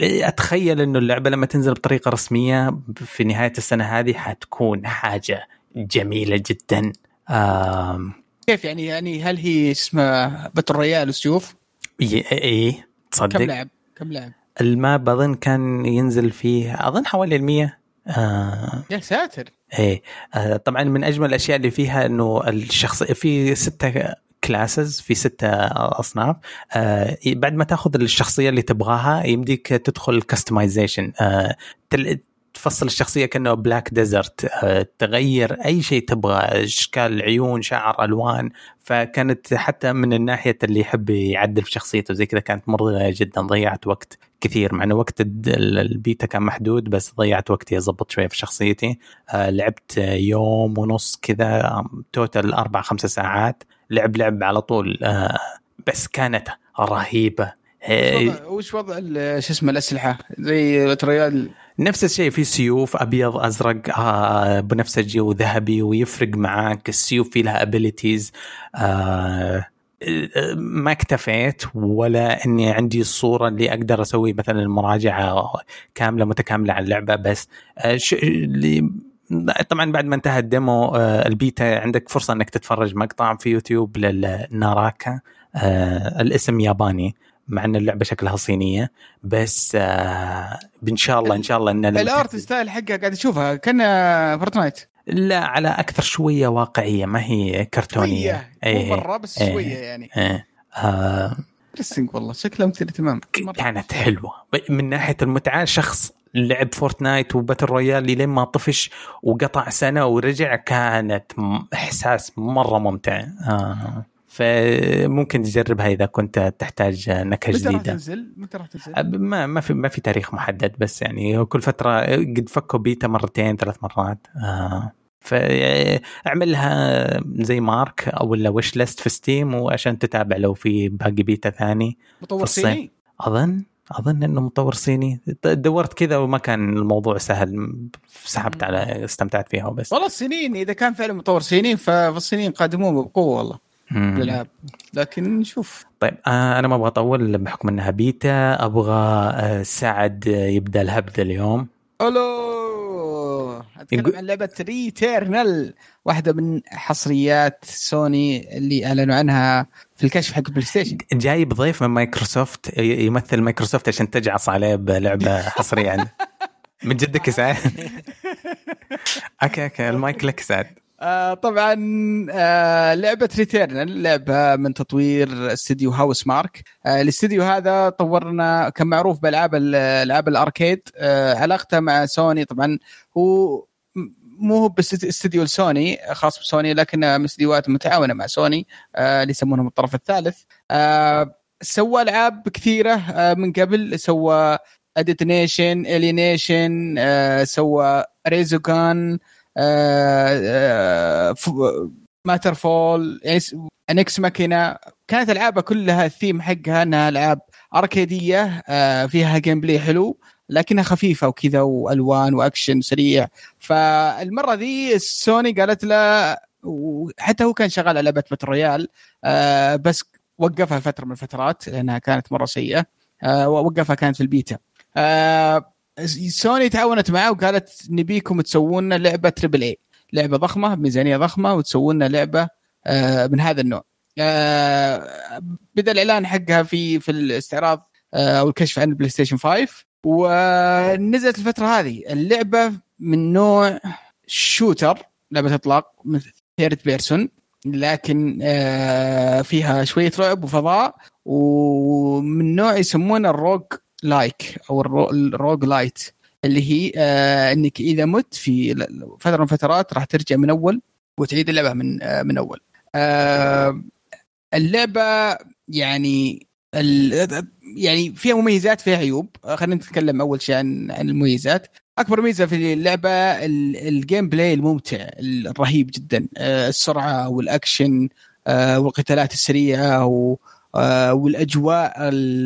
أتخيل إنه اللعبة لما تنزل بطريقة رسمية في نهاية السنة هذه حتكون حاجة جميلة جدا. كيف يعني هل هي اسمها باتل رويال وسيوف؟ ايه تصدق كم لاعب الماب أظن كان ينزل فيه أظن حوالي 100. يا ساتر. ايه طبعا من أجمل الأشياء اللي فيها إنه الشخص في 6 كلاسز في 6 أصناف. بعد ما تأخذ الشخصية اللي تبغاها يمديك تدخل كاستمايزيشن، تفصل الشخصية كأنه بلاك ديزرت، تغير أي شيء تبغى، أشكال، عيون، شعر، ألوان. فكانت حتى من الناحية اللي يحب يعدل في شخصيته زي كذا كانت مرضية جدا. ضيعت وقت كثير مع أنه وقت البيتا كان محدود، بس ضيعت وقتي أضبط شوية في شخصيتي. لعبت يوم ونص كذا، توتال 4-5 ساعات لعب على طول. بس كانت رهيبة. وش وضع شو اسمه الأسلحة زي الريال؟ نفس الشيء، في سيوف أبيض أزرق بنفسجي وذهبي، ويفرق معاك السيوف في لها ابيليتيز. ما اكتفيت ولا اني عندي الصورة اللي اقدر اسوي مثلا المراجعة كاملة متكاملة على اللعبة، بس طبعا بعد ما انتهى الديمو البيتا عندك فرصة انك تتفرج مقطع في يوتيوب للناراكا. الاسم ياباني مع ان اللعبه شكلها صينيه، بس ان شاء الله ان الارت ستايل حقها قاعد اشوفها كأنها فورتنايت. لا، على اكثر شويه واقعيه، ما هي كرتونيه. مو مره بس شويه يعني. رسنج والله شكلها مثير تمام. كانت حلوه من ناحيه المتعه. شخص لعب فورتنايت وباتل رويال لين ما طفش وقطع سنه ورجع، كانت احساس مره ممتع. فممكن تجربها إذا كنت تحتاج نكهة جديدة. متى راح تنزل؟ ما في تاريخ محدد، بس يعني كل فترة قد فكوا بيتا 2-3 مرات. فاعملها زي مارك أو ولا ويش ليست في ستيم، وعشان تتابع لو في باقي بيتا ثاني. مطور صيني؟ أظن إنه مطور صيني. دورت كذا وما كان الموضوع سهل، سحبت على استمتعت فيها وبس. والله الصينيين إذا كان فعلا مطور صيني فالصينيين قادمون بقوة والله الألعاب، لكن نشوف. طيب أنا ما أبغى أطول بحكم أنها بيتا. أبغى سعد يبدأ الهبد اليوم. أتكلم عن لعبة ريتيرنال، واحدة من حصريات سوني اللي أعلنوا عنها في الكشف حق بلاي ستيشن. جايب ضيف من مايكروسوفت يمثل مايكروسوفت عشان تجعص عليه بلعبة حصرية عنه. من جدك يا سعد؟ أوكي المايك لك سعد. طبعا لعبة ريتيرنال لعبة من تطوير استديو هاوس مارك. الاستديو هذا طورنا، كان معروف بألعاب الأركيد. علاقته مع سوني طبعا هو مو بس استديو سوني خاص بسوني، لكن من استديوهات متعاونة مع سوني اللي يسمونهم الطرف الثالث. سوى ألعاب كثيرة من قبل، سوى أديتنيشن، إلينيشن، سوى ريزوغان، ماتر فول، يعني انكس ماكينة. كانت العابها كلها الثيم حقها انها العاب اركيديه فيها جيم بلاي حلو لكنها خفيفه وكذا والوان واكشن سريع. فالمره ذي سوني قالت له، وحتى هو كان شغال على لعبه باتل رويال بس وقفها فتره من الفترات لانها كانت مره سيئه، ووقفها كانت في البيتا. سوني تعاونت معه وقالت نبيكم تسوون لعبة تريبل اي، لعبة ضخمة بميزانية ضخمة، وتسوون لعبة من هذا النوع. بدأ الإعلان حقها في الاستعراض أو الكشف عن البلاي ستيشن 5، ونزلت الفترة هذه اللعبة من نوع شوتر، لعبة إطلاق من ثيرد بيرسون، لكن فيها شوية رعب وفضاء، ومن نوع يسمونه الروج لايك او الروج لايت، اللي هي انك اذا مت في فتره من فترات راح ترجع من اول وتعيد اللعبه من اول. اللعبه يعني فيها مميزات فيها عيوب. خلينا نتكلم اول شيء عن المميزات. اكبر ميزه في اللعبه الجيم بلاي الممتع الرهيب جدا، السرعه والاكشن والقتالات السريعه والاجواء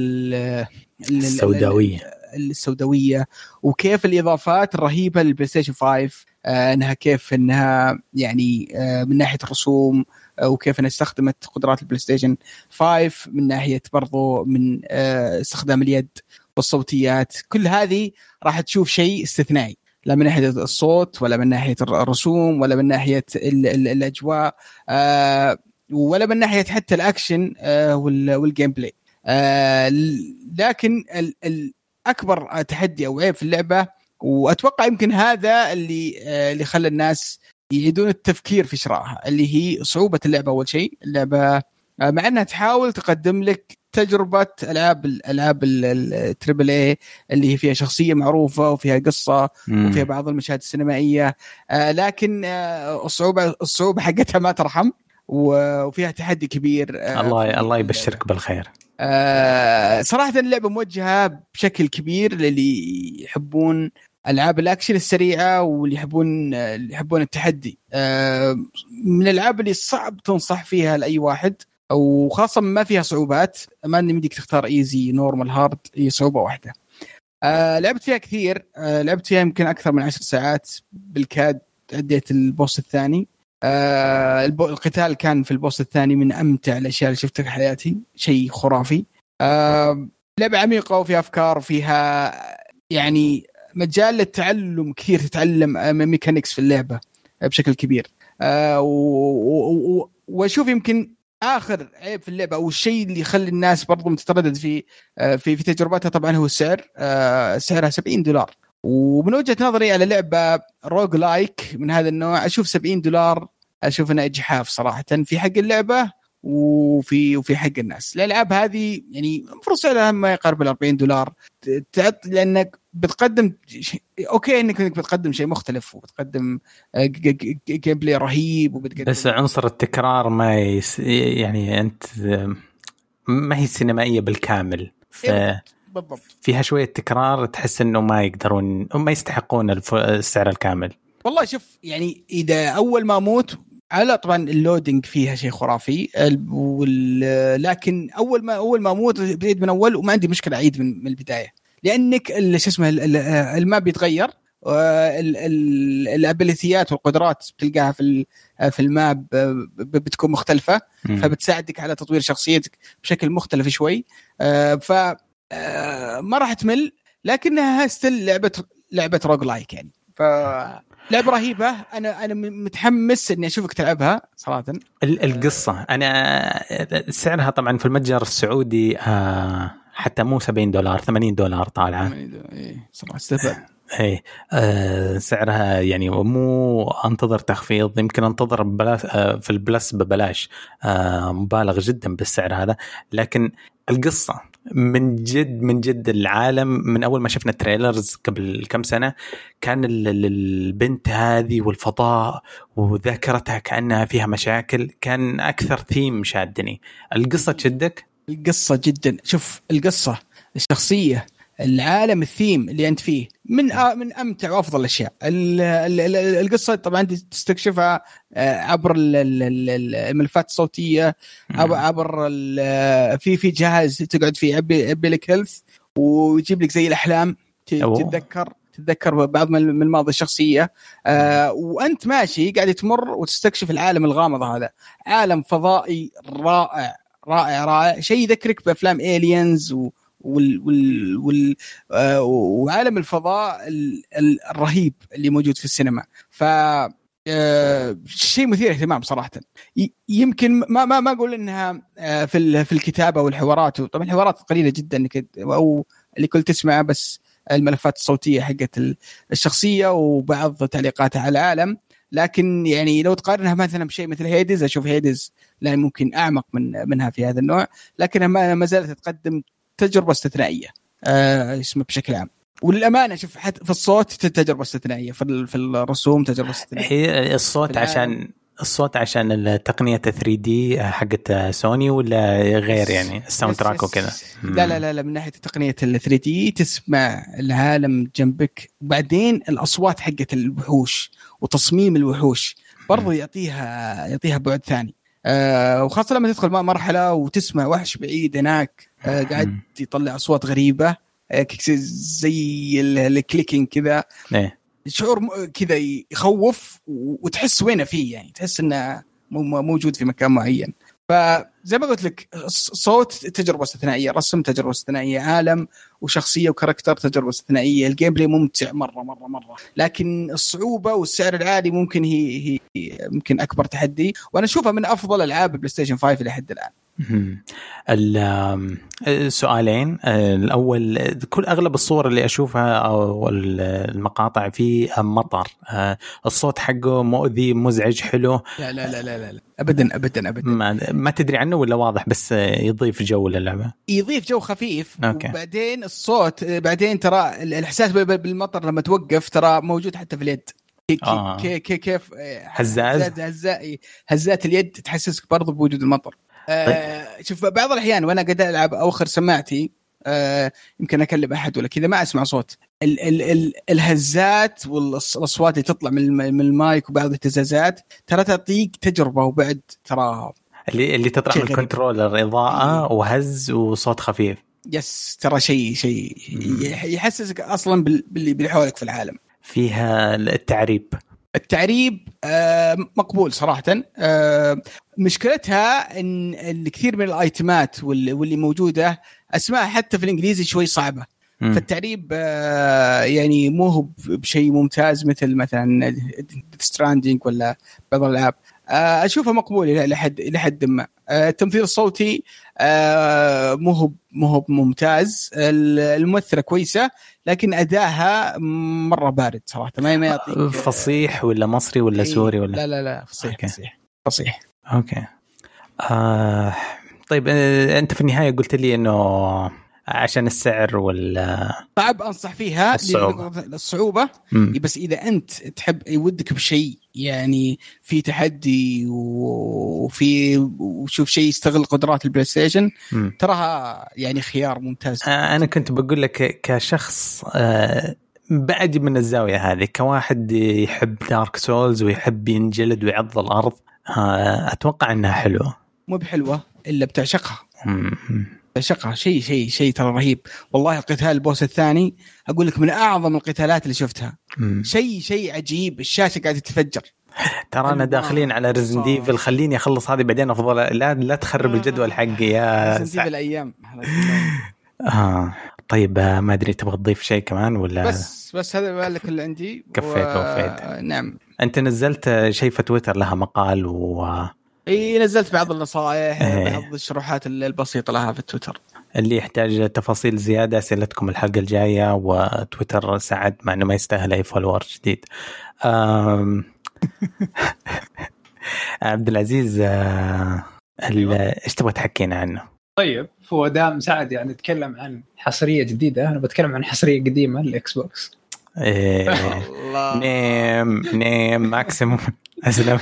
السوداويه، وكيف الاضافات الرهيبه للبلاي ستيشن 5، انها كيف انها يعني من ناحيه الرسوم، وكيف انها استخدمت قدرات البلاي ستيشن 5 من ناحيه برضو من استخدام اليد والصوتيات. كل هذه راح تشوف شيء استثنائي. لا من ناحيه الصوت ولا من ناحيه الرسوم ولا من ناحيه الاجواء ولا من ناحيه حتى الاكشن والجيم بلاي. لكن الاكبر تحدي او عيب في اللعبه، واتوقع يمكن هذا اللي خلى الناس يعيدون التفكير في شرائها، اللي هي صعوبه اللعبه. اول شيء اللعبه مع انها تحاول تقدم لك تجربه العاب التريبل اي اللي هي فيها شخصيه معروفه وفيها قصه وفيها بعض المشاهد السينمائيه، لكن الصعوبه حقتها ما ترحم، وفيها تحدي كبير. الله يبشرك بالخير. صراحه اللعبه موجهه بشكل كبير للي يحبون العاب الاكشن السريعه واللي يحبون التحدي. من الالعاب اللي صعب تنصح فيها لاي واحد، او خاصه ما فيها صعوبات. ما يمديك تختار ايزي نورمال هارد، هي صعوبه واحده. لعبت فيها كثير، لعبت فيها يمكن اكثر من 10 ساعات بالكاد. عديت البوس الثاني. القتال كان في البوس الثاني من امتع الاشياء اللي شفتها في حياتي، شيء خرافي. لعبه عميقه وفيها افكار وفيها يعني مجال للتعلم كثير، تتعلم ميكانيكس في اللعبه بشكل كبير. واشوف يمكن اخر عيب في اللعبه او الشيء اللي يخلي الناس برضو متتردد في تجربتها طبعا هو السعر. سعرها $70. ومن وجهه نظري على لعبه روج لايك من هذا النوع اشوف $70 اشوف انها اجحاف صراحه في حق اللعبه وفي حق الناس. الالعاب هذه يعني المفروض سعرها ما يقارب $40، لانك بتقدم اوكي انك بتقدم شيء مختلف وبتقدم جيم بلاي رهيب وبتقدم، بس عنصر التكرار ما يعني انت ما هي سينمائيه بالكامل. بالضبط فيها شويه تكرار، تحس انه ما يقدرون ما يستحقون السعر الكامل. والله شوف يعني اذا اول ما اموت على طبعا اللودينج فيها شيء خرافي، لكن اول ما اموت بعيد من اول وما عندي مشكله اعيد من البدايه، لانك شو اسمه الماب بيتغير، الابيليتيات والقدرات بتلقاها في الماب بتكون مختلفه، فبتساعدك على تطوير شخصيتك بشكل مختلف شوي. ف ما راح تمل، لكنها ستيل لعبه روج لايك يعني. لعبة رهيبة. أنا متحمس إني أشوفك تلعبها صراحة. القصة أنا سعرها طبعا في المتجر السعودي حتى مو $70 $80 طالعة. صراحة استفاد. ايه سعرها يعني مو انتظر تخفيض، يمكن انتظر في البلس ببلاش. مبالغ جدا بالسعر هذا، لكن القصة من جد العالم من أول ما شفنا التريلرز قبل كم سنة كان البنت هذه والفضاء وذاكرتها كأنها فيها مشاكل، كان أكثر ثيم شادني. القصة تشدك؟ القصة جدا. شوف القصة، الشخصية، العالم، الثيم اللي أنت فيه من أمتع وأفضل الأشياء. القصة طبعا تستكشفها عبر الملفات الصوتية، عبر في جهاز تقعد فيه يعبي لك هيلث ويجيب لك زي الأحلام، تتذكر بعض من الماضي الشخصية. وأنت ماشي قاعد تمر وتستكشف العالم الغامض هذا. عالم فضائي رائع رائع رائع، شيء يذكرك بأفلام إيليانز وعالم الفضاء الرهيب اللي موجود في السينما. ف شيء مثير اهتمام صراحة. يمكن ما أقول إنها في الكتابة والحوارات، طبعا الحوارات قليلة جدا أو اللي كنت تسمع بس الملفات الصوتية حقت الشخصية وبعض تعليقاتها على العالم. لكن يعني لو تقارنها مثلا بشيء مثل هيدز، أشوف هيدز لا ممكن أعمق منها في هذا النوع، لكنها ما زالت تقدم تجربة استثنائية اسمه بشكل عام. وللأمانة شوف حتى في الصوت تجربة استثنائية، في الرسوم تجربة استثنائية. هي الصوت عشان التقنية 3D حقت سوني ولا غير يعني الساوند تراك وكذا؟ لا من ناحية تقنية 3D تسمع العالم جنبك، وبعدين الأصوات حقت الوحوش وتصميم الوحوش برضو يعطيها بعد ثاني. وخاصة لما تدخل مرحلة وتسمع وحش بعيد هناك قاعد يطلع أصوات غريبة زي الكليكينج كذا، شعور كذا يخوف وتحس وين فيه، يعني تحس إنه موجود في مكان معين. فزي ما قلت لك صوت تجربة استثنائية، رسم تجربة استثنائية، عالم وشخصية وكاركتر تجربة استثنائية، الجيم بلاي ممتع مرة، لكن الصعوبة والسعر العالي ممكن هي ممكن أكبر تحدي، وأنا أشوفها من أفضل ألعاب بلاي ستيشن 5 لحد الآن. السؤالين الأول، كل أغلب الصور اللي أشوفها أو المقاطع في مطر، الصوت حقه مؤذي مزعج حلو؟ لا أبدا ما تدري عنه ولا واضح بس يضيف جو للعبة؟ يضيف جو خفيف. أوكي. وبعدين الصوت بعدين ترى الإحساس بالمطر لما توقف ترى موجود حتى في اليد. كيف هزات اليد تحسسك برضو بوجود المطر. شوف بعض الأحيان وأنا قاعد ألعب أوخر سماعتي يمكن أكلم أحد ولا كذا ما أسمع صوت الهزات والأصوات اللي تطلع من المايك وبعض التزازات ترى تعطيك تجربة. وبعد ترى اللي تطلع من الكنترولر إضاءة وهز وصوت خفيف، يس ترى شيء يحسسك أصلا باللي حولك في العالم. فيها التعريب مقبول صراحة. مشكلتها إن كثير من الآيتمات واللي موجودة أسماء حتى في الإنجليزي شوي صعبة. فالتعريب يعني مو هو بشيء ممتاز مثلا ستراندينج ولا بعض الألعاب. أشوفها مقبولة لحد ما. التمثيل الصوتي مو هو ممتاز. الممثلة كويسة لكن أداها مرة بارد صراحة. ما يعطيك فصيح ولا مصري ولا سوري ولا لا فصيح. أوكي. طيب أنت في النهاية قلت لي إنه عشان السعر ولا صعب أنصح فيها الصعوبة. بس إذا أنت تحب ودك بشيء يعني في تحدي وشوف شيء يستغل قدرات البلاي ستيشن تراها يعني خيار ممتاز. أنا كنت بقول لك كشخص بعد من الزاوية هذه، كواحد يحب دارك سولز ويحب ينجلد ويعض الأرض، أتوقع أنها حلوة. مو بحلوة إلا بتعشقها. شقة شيء ترى رهيب والله. القتال البوس الثاني أقول لك من أعظم القتالات اللي شفتها. شيء عجيب. الشاشة قاعدة تتفجر. ترى أنا داخلين على ريزيدنت إيفل، خليني أخلص هذه بعدين أفضل. لا تخرب الجدول حقي يا ريزيدنت إيفل الأيام. طيب ما أدري تبغى تضيف شيء كمان ولا بس هذا بالك اللي عندي. كفيت وفيت. نعم. أنت نزلت شيء في تويتر لها مقال نزلت بعض النصائح بعض الشروحات البسيطة لها في تويتر. اللي يحتاج تفاصيل زيادة أسئلتكم الحلقة الجاية، وتويتر سعد مع أنه ما يستاهل أي فولور جديد. عبد العزيز إيش تبغى تحكينا عنه؟ طيب هو دام سعد يعني نتكلم عن حصرية جديدة، أنا بتكلم عن حصرية قديمة للإكس بوكس. نيم ماكسيموم أسلم.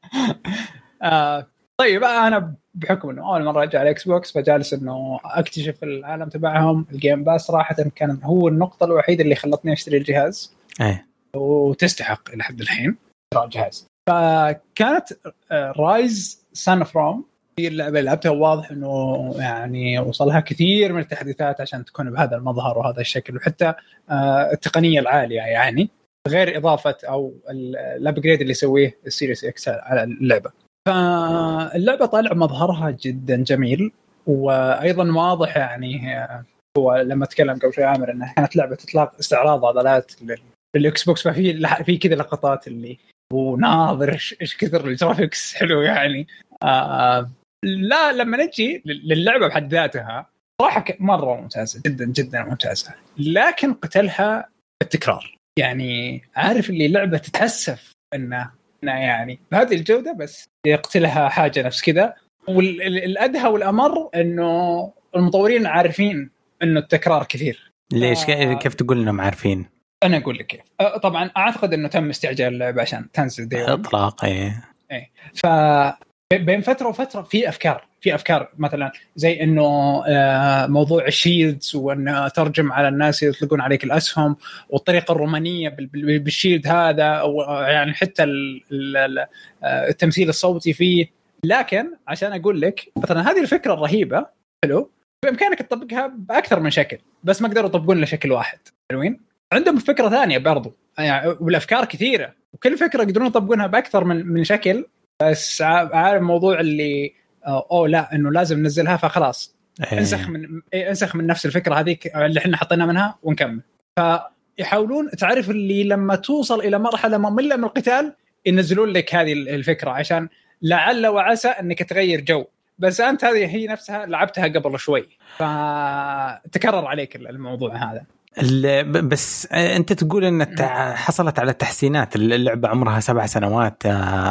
طيب أنا بحكم إنه أول مرة أجي على إكس بوكس فجالس إنه أكتشف العالم تبعهم. الجيم باس صراحة كان هو النقطة الوحيدة اللي خلتني أشتري الجهاز. وتستحق إلى حد الحين شراء الجهاز. فكانت رايز سان اوف روم هي اللعبة اللي لعبتها، واضح إنه يعني وصلها كثير من التحديثات عشان تكون بهذا المظهر وهذا الشكل، وحتى التقنية العالية يعني غير إضافة أو الأبجريد اللي يسويه السيريس إكس على اللعبة. فاللعبة طالع مظهرها جدا جميل، وأيضا واضح يعني هو لما تكلم قبل شوي عامر أنها كانت لعبة إطلاق استعراض عضلات للإكس بوكس، ففي كذا لقطات اللي وناظر إيش كثر الجرافيكس حلو يعني. لا لما نجي للعبة بحد ذاتها صراحة مرة ممتازة جدا ممتازة، لكن قتلها التكرار. يعني عارف اللي لعبة تتحسف إنه يعني بهذه الجودة بس يقتلها حاجة نفس كذا. والأدهى والأمر إنه المطورين عارفين إنه التكرار كثير. ليش كيف تقول إنهم عارفين؟ أنا أقول لك كيف. طبعا أعتقد إنه تم استعجال اللعبة عشان تنزل ديوان إطلاق. فبين فترة وفترة في أفكار مثلا زي إنه موضوع الشيلدز، وأن ترجم على الناس يطلقون عليك الأسهم، والطريقة الرومانية بالشيلد هذا، يعني حتى التمثيل الصوتي فيه. لكن عشان أقول لك مثلا هذه الفكرة الرهيبة حلو بإمكانك تطبقها بأكثر من شكل، بس ما قدروا يطبقون لشكل واحد. حلوين عندهم فكرة ثانية برضو يعني، والأفكار كثيرة، وكل فكرة يقدرون يطبقونها بأكثر من شكل. بس عارف موضوع اللي او لا انه لازم ننزلها فخلاص انسخ من نفس الفكره هذيك اللي احنا حطينا منها ونكمل. فيحاولون تعرف اللي لما توصل الى مرحله ممله من القتال ينزلون لك هذه الفكره عشان لعل وعسى انك تغير جو، بس انت هذه هي نفسها لعبتها قبل شوي فتكرر عليك الموضوع هذا. بس انت تقول ان حصلت على تحسينات، اللعبه عمرها 7 سنوات،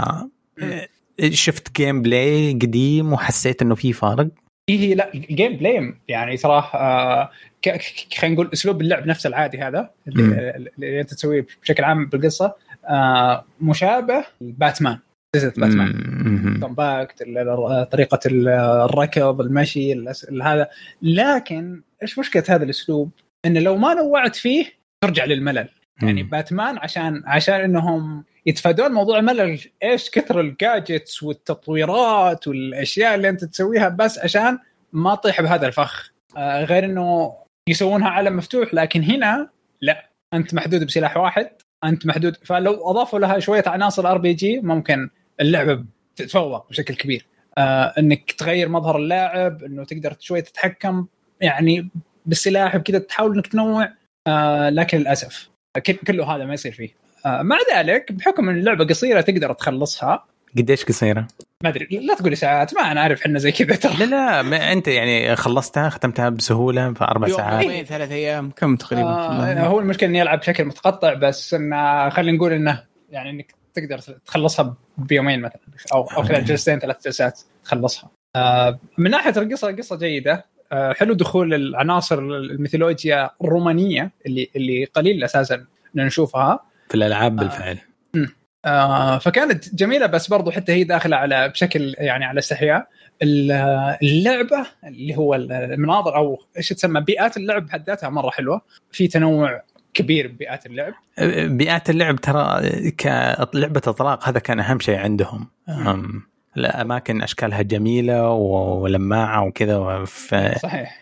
شفت جيم بلاي قديم وحسيت انه في فارق؟ إيه لا الجيم بلاي يعني صراحه خلينا نقول اسلوب اللعب نفس العادي هذا اللي انت تسويه بشكل عام بالقصه مشابه باتمان، سلسله باتمان، كومباكت، طريقه الركض، المشي، هذا. لكن ايش مشكله هذا الاسلوب؟ ان لو ما نوعت فيه ترجع للملل. يعني باتمان عشان انهم يتفادون موضوع الملل، ايش كثر الجاجتس والتطويرات والاشياء اللي انت تسويها بس عشان ما تطيح بهذا الفخ. غير انه يسوونها عالم مفتوح، لكن هنا لا، انت محدود بسلاح واحد، انت محدود. فلو اضافوا لها شويه عناصر RPG ممكن اللعبه تتفوق بشكل كبير. انك تغير مظهر اللاعب، انه تقدر شويه تتحكم يعني بالسلاح بكذا، تحاول انك تنوع. لكن للاسف كله هذا ما يصير فيه. مع ذلك بحكم ان اللعبه قصيره تقدر تخلصها. قديش قصيره؟ ما ادري، لا تقولي ساعات، ما انا عارف حنا زي كذا ترى. لا ما انت يعني خلصتها ختمتها بسهوله في 4 ساعات؟ يومين 3 ايام كم تقريبا؟ هو المشكله اني العب بشكل متقطع، بس ان خلينا نقول انه يعني انك تقدر تخلصها بيومين مثلا، او خلال جلستين 3 جلسات تخلصها. من ناحيه القصه جيده. حلو دخول العناصر الميثولوجيا الرومانيه اللي قليل اساسا نشوفها في الالعاب بالفعل. فكانت جميله، بس برضو حتى هي داخله على بشكل يعني على استحياء. اللعبه اللي هو المناظر او ايش تسمى بيئات اللعب بحد ذاتها مره حلوه، في تنوع كبير ببيئات اللعب. بيئات اللعب ترى كلعبه اطلاق هذا كان اهم شيء عندهم. الأماكن أشكالها جميلة ولماعة وكذا. صحيح.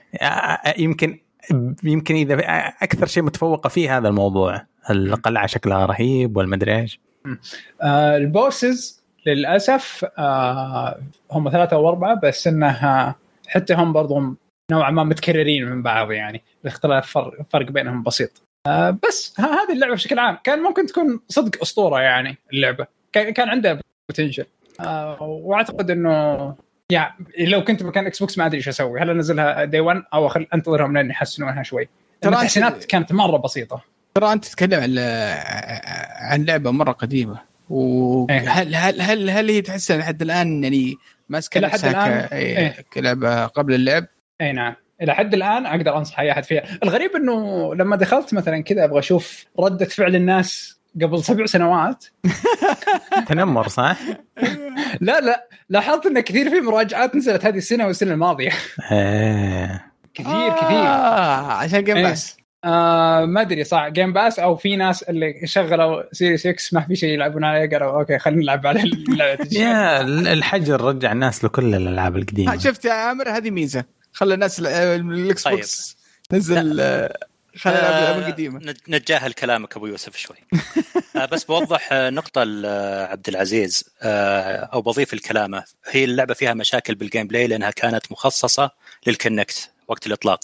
يمكن إذا أكثر شيء متفوقة فيه هذا الموضوع. القلعة شكلها رهيب والمدري إيش. البوسز للأسف هم 3 أو 4، بس إنها حتى هم برضو نوعا ما متكررين من بعض، يعني الاختلاف فرق بينهم بسيط. بس هذه اللعبة بشكل عام كان ممكن تكون صدق أسطورة. يعني اللعبة كان عندها بوتنشل. واعتقد انه يعني لو كنت مكان اكس بوكس ما ادري ايش اسوي، هل انزلها داي 1 او انتظرهم لين يحسنونها شوي. التحسينات كانت مره بسيطه. ترى انت تتكلم عن لعبه مره قديمه، وهل هي تحسن لحد الان يعني ماسكه نفسها كلعبه قبل اللعب؟ اي نعم، الى حد الان اقدر انصح اي احد فيها. الغريب انه لما دخلت مثلا كذا ابغى اشوف رده فعل الناس قبل 7 سنوات تنمر صح؟ لا لاحظت ان كثير في مراجعات نزلت هذه السنه والسنه الماضيه. كثير عشان جيم باس. ما ادري صح جيم باس او في ناس اللي شغلوا سيريس اكس ما في شيء يلعبون عليه قالوا اوكي خلينا نلعب على اللعبه. يا الحجر رجع الناس لكل الالعاب القديمه. شفت يا عامر هذه ميزه، خلى الناس الاكس بوكس نزل خلينا الألعاب القديمة. نتجاهل كلامك أبو يوسف شوي. بس بوضح نقطة لعبد العزيز أو بضيف الكلامة. هي اللعبة فيها مشاكل بالجيم بلاي لأنها كانت مخصصة للكونكت وقت الإطلاق.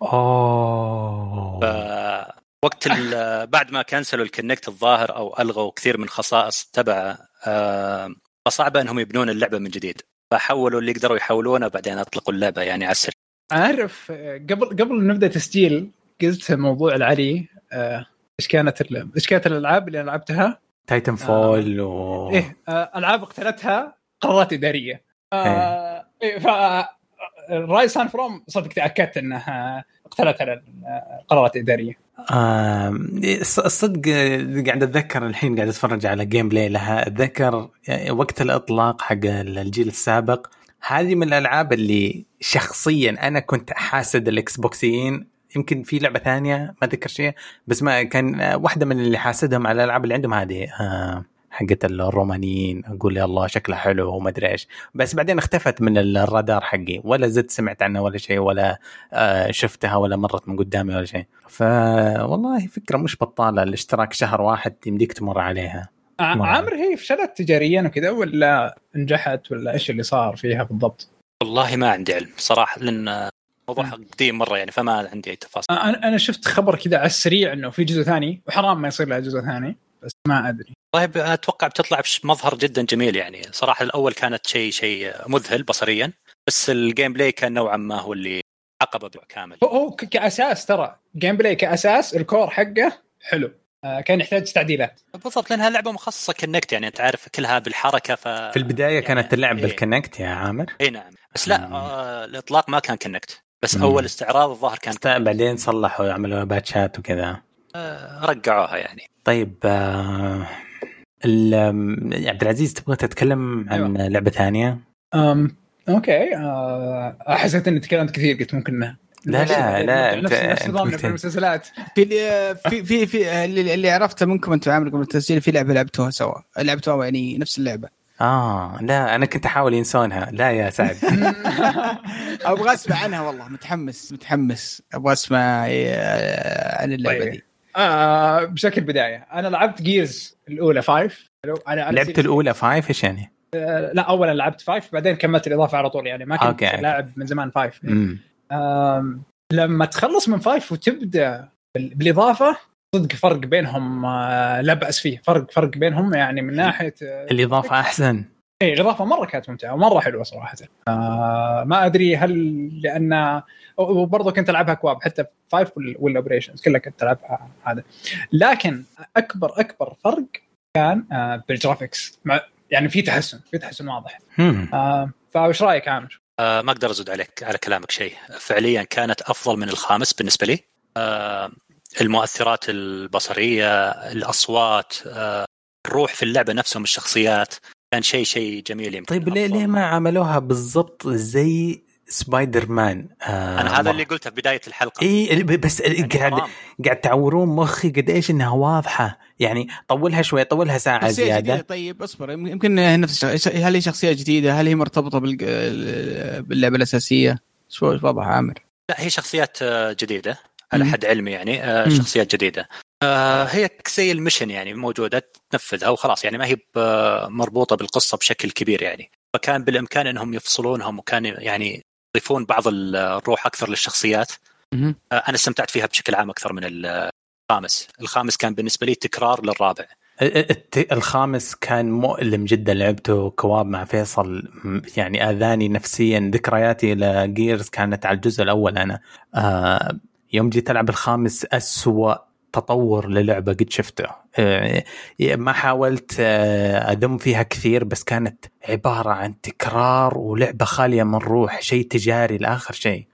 وقت بعد ما كنسلوا الكونكت الظاهر أو ألغوا كثير من خصائص تبع فصعب أنهم يبنون اللعبة من جديد، فحولوا اللي يقدروا يحولونه بعدين أطلقوا اللعبة يعني عسر. أعرف قبل نبدأ تسجيل قلت موضوع العلي ايش كانت الالعاب اللي لعبتها؟ تايتن فول العاب اقتلتها قرارات اداريه. ف رايسان فروم صدق تاكدت انها اقتلتها قرارات اداريه. الصدق قاعد اتذكر الحين قاعد اتفرج على جيم بلاي لها، اتذكر وقت الاطلاق حق الجيل السابق. هذه من الالعاب اللي شخصيا انا كنت حاسد الاكس بوكسيين. يمكن في لعبة ثانية ما أذكر شيء، بس ما كان واحدة من اللي حاسدهم على الألعاب اللي عندهم هذه حقة الرومانيين. أقول يا الله شكلها حلو وما أدري إيش، بس بعدين اختفت من الرادار حقي، ولا زدت سمعت عنها ولا شيء، ولا شفتها ولا مرت من قدامي ولا شيء. فوالله فكرة مش بطالة، الاشتراك شهر واحد يمديك تمر عليها. عامر هي فشلت تجاريا وكذا ولا نجحت ولا إيش اللي صار فيها بالضبط؟ والله ما عندي علم صراحه، لان موضوع قديم مره يعني، فما عندي اي تفاصيل. انا شفت خبر كذا على السريع انه في جزء ثاني، وحرام ما يصير له جزء ثاني، بس ما ادري. طيب اتوقع بتطلع بمظهر جدا جيم يعني صراحه. الاول كانت شيء مذهل بصريا، بس الجيم بلاي كان نوعا ما هو اللي عقبه كامل. هو كاساس ترى جيم بلاي كاساس الكور حقه حلو، كان يحتاج تعديلات. بالضبط، لانها لعبه مخصصه كونكت يعني، انت عارف كلها بالحركه. في البدايه يعني كانت اللعب بالكونكت يا عامر. اي نعم، بس لا الاطلاق ما كان كونكت، بس اول استعراض الظاهر كان بعدين صلحوا وعملوا باتشات وكذا، رجعوها يعني. طيب عبد العزيز تبغى تتكلم عن لعبه ثانيه؟ اوكي. حسيت اني تكلمت كثير، قلت ممكن لا نفس نظامنا في المسلسلات. في اللي عرفته منكم انتم عامل قبل التسجيل، في لعبه لعبتوها سوا، لعبتوها يعني نفس اللعبه. لا انا كنت احاول ينسونها. لا يا سعد ابغى اسمع عنها والله، متحمس ابغى اسمع عن اللعبه دي. بشكل بدايه انا لعبت جيرز الاولى 5. انا لعبت الاولى 5 ايش يعني؟ لا اولا لعبت 5 بعدين كملت الاضافه على طول يعني، ما كنت لاعب من زمان 5. لما تخلص من 5 وتبدا بالاضافه صدق فرق بينهم لا بأس فيه، فرق بينهم يعني من ناحيه الاضافه احسن. اي الاضافه مره كانت ممتعه ومره حلوه صراحه. ما ادري هل لان وبرضه كنت العبها كواب، حتى 5 والاوبريشنز كلها كنت العبها هذا، لكن اكبر فرق كان بالجرافيكس، يعني في تحسن واضح. فايش رايك عامر؟ ما اقدر ازود عليك على كلامك شيء، فعليا كانت افضل من الخامس بالنسبه لي. المؤثرات البصريه، الاصوات، الروح في اللعبه نفسهم، الشخصيات، كان شيء جميل. طيب ليه ما عملوها بالضبط زي سبايدر مان؟ انا هذا اللي قلته في بدايه الحلقه. اي بس قاعد تعورون مخي قد ايش انها واضحه يعني. طولها شوي، طولها ساعه زياده. طيب اصبر، يمكن نفس هل هي شخصيه جديده؟ هل هي مرتبطه باللعبه الاساسيه؟ شو وضع عامر؟ لا هي شخصيات جديده على حد علمي يعني. شخصيات جديده، هي زي المشن يعني موجوده تنفذها وخلاص يعني، ما هي مربوطه بالقصه بشكل كبير يعني. فكان بالامكان انهم يفصلونهم، وكان يعني يضيفون بعض الروح اكثر للشخصيات. انا استمتعت فيها بشكل عام اكثر من الخامس كان بالنسبه لي تكرار للرابع. الخامس كان مؤلم جدا، لعبته كواب مع فيصل يعني اذاني نفسيا. ذكرياتي لجيرز كانت على الجزء الاول. انا يوم جيت العب الخامس اسوأ تطور للعبه قد شفته. ما حاولت ادم فيها كثير، بس كانت عباره عن تكرار ولعبه خاليه من روح، شيء تجاري لاخر شيء.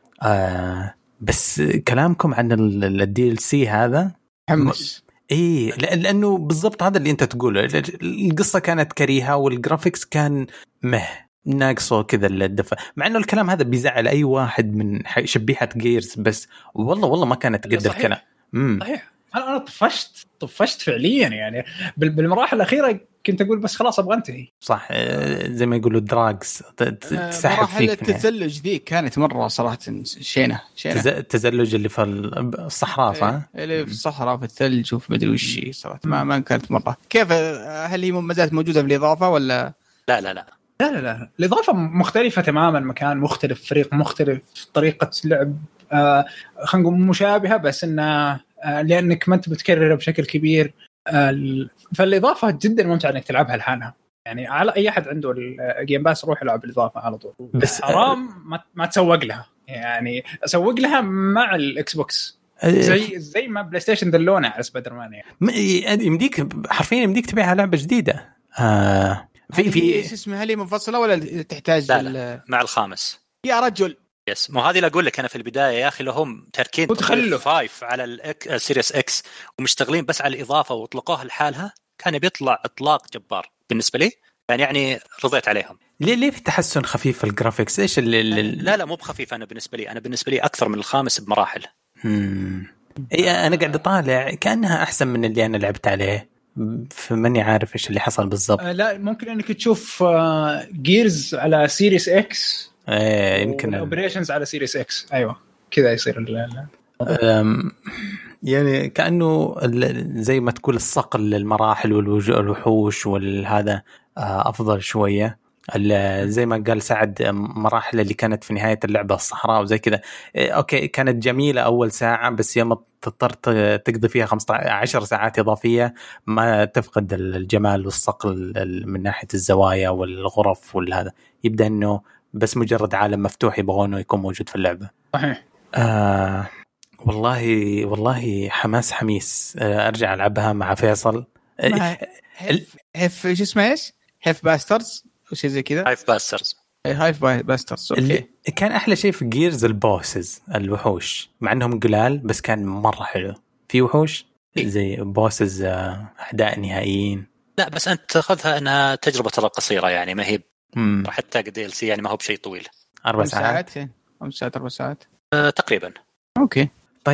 بس كلامكم عن الدي ال سي هذا حمس. لانه بالضبط هذا اللي انت تقوله. القصه كانت كريهه والجرافيكس كان ناقصه كذا الدفع، مع انه الكلام هذا بيزعل اي واحد من شبيحه جيرز، بس والله ما كانت قد الكلام. صحيح. انا طفشت فعليا يعني بالمراحل الاخيره، كنت اقول بس خلاص ابغى انتهي. صح، زي ما يقولوا دراجز تسحب فيك. مراحل التزلج ذي كانت مره صراحه شينه. التزلج اللي في الصحراء، صح؟ اللي في الصحراء في الثلج وفي مدري وش صراحه ما كانت مره. كيف هل هي مميزات موجوده في الاضافه ولا لا الاضافه مختلفه تماما، مكان مختلف، فريق مختلف، طريقه لعب خلينا نقول مشابهه، بس انه لانك ما انت بتكررها بشكل كبير. فالاضافه جدا ممتعه انك تلعبها لحالها يعني. على اي احد عنده الجيم باس روح يلعب الاضافه على طول، بس حرام ما تسوق لها يعني. اسوق لها مع الاكس بوكس زي ما بلاي ستيشن دلونا على سبايدر مان يعني. يمديك حرفيا تبيعها لعبه جديده. في ايش اسمها، هل منفصله ولا تحتاج لا مع الخامس يا رجل؟ يس، مو هذه اللي اقول لك انا في البدايه يا اخي، لهم تركين تخلف 5 على السيريس اكس ومشتغلين بس على الاضافه واطلقوها لحالها، كان بيطلع اطلاق جبار بالنسبه لي يعني رضيت عليهم. ليه في تحسن خفيف في الجرافيكس؟ ايش لا مو بخفيف. انا بالنسبه لي اكثر من الخامس بمراحل. انا قاعد اطالع كانها احسن من اللي انا لعبت عليه، فماني عارف ايش اللي حصل بالضبط. لا ممكن انك تشوف جيرز على سيريس اكس، يمكن الاوبريشنز على سيريس اكس. ايوه كذا يصير يعني كأنه زي ما تقول الصقل للمراحل والوحوش والهذا أفضل شوية. زي ما قال سعد مراحل اللي كانت في نهاية اللعبة الصحراء وزي كذا. أوكي كانت جميلة أول ساعة، بس يوم اضطرت تقضي فيها 15 ساعات إضافية ما تفقد الجمال والصقل من ناحية الزوايا والغرف والهذا. يبدأ إنه بس مجرد عالم مفتوح يبغونه يكون موجود في اللعبة. صحيح. والله حميس أرجع ألعبها مع فيصل. هيف شو اسمه إيش؟ هيف باسترز أو شيء زي كذا. هايف باسترز. اللي كان أحلى شيء في جيرز البوسز الوحوش، مع أنهم قلال بس كان مرة حلو. في وحوش زي بوسز أعداء نهائيين. لا بس أنت تأخذها أنها تجربة ترى قصيرة يعني، ما هي حتى DLC يعني ما هو بشيء طويل. 4 ساعات 4 ساعات تقريبا. أوكي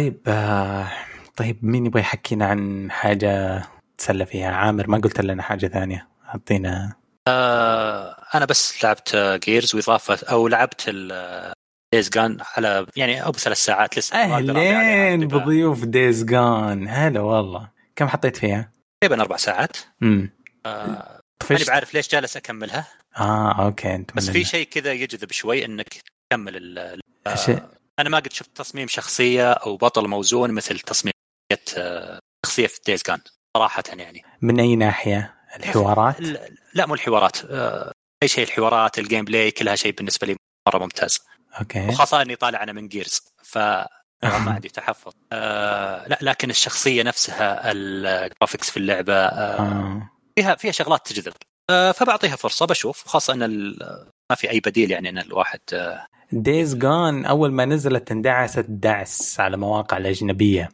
طيب مين يبغى يحكينا عن حاجة تسلى فيها؟ عامر ما قلت لنا حاجة ثانية أعطينا. أنا بس لعبت جيرز وإضافة أو لعبت دايز جان على يعني أو 3 ساعات لسه. أهلين بضيوف دايز جان. هلا والله. كم حطيت فيها؟ تقريبا 4 ساعات. أنا بعرف ليش جالس أكملها. أوكي أنت بس في شيء كذا يجذب شوي إنك تكمل أنا ما قد شفت تصميم شخصية أو بطل موزون مثل تصميم شخصية في دايز جان صراحة يعني. من أي ناحية؟ الحوارات؟ لا مو الحوارات، أي شيء. الحوارات الجيم بلاي كلها شيء بالنسبة لي مرة ممتاز. أوكي. وخاصة إني طالع أنا من جيرز ما عندي تحفظ. لا لكن الشخصية نفسها الجرافيكس في اللعبة فيها شغلات تجذب. فبعطيها فرصة بشوف، وخاصة إن ما في أي بديل يعني إن الواحد. دايز جون أول ما نزلت اندعست دعس على مواقع الأجنبية.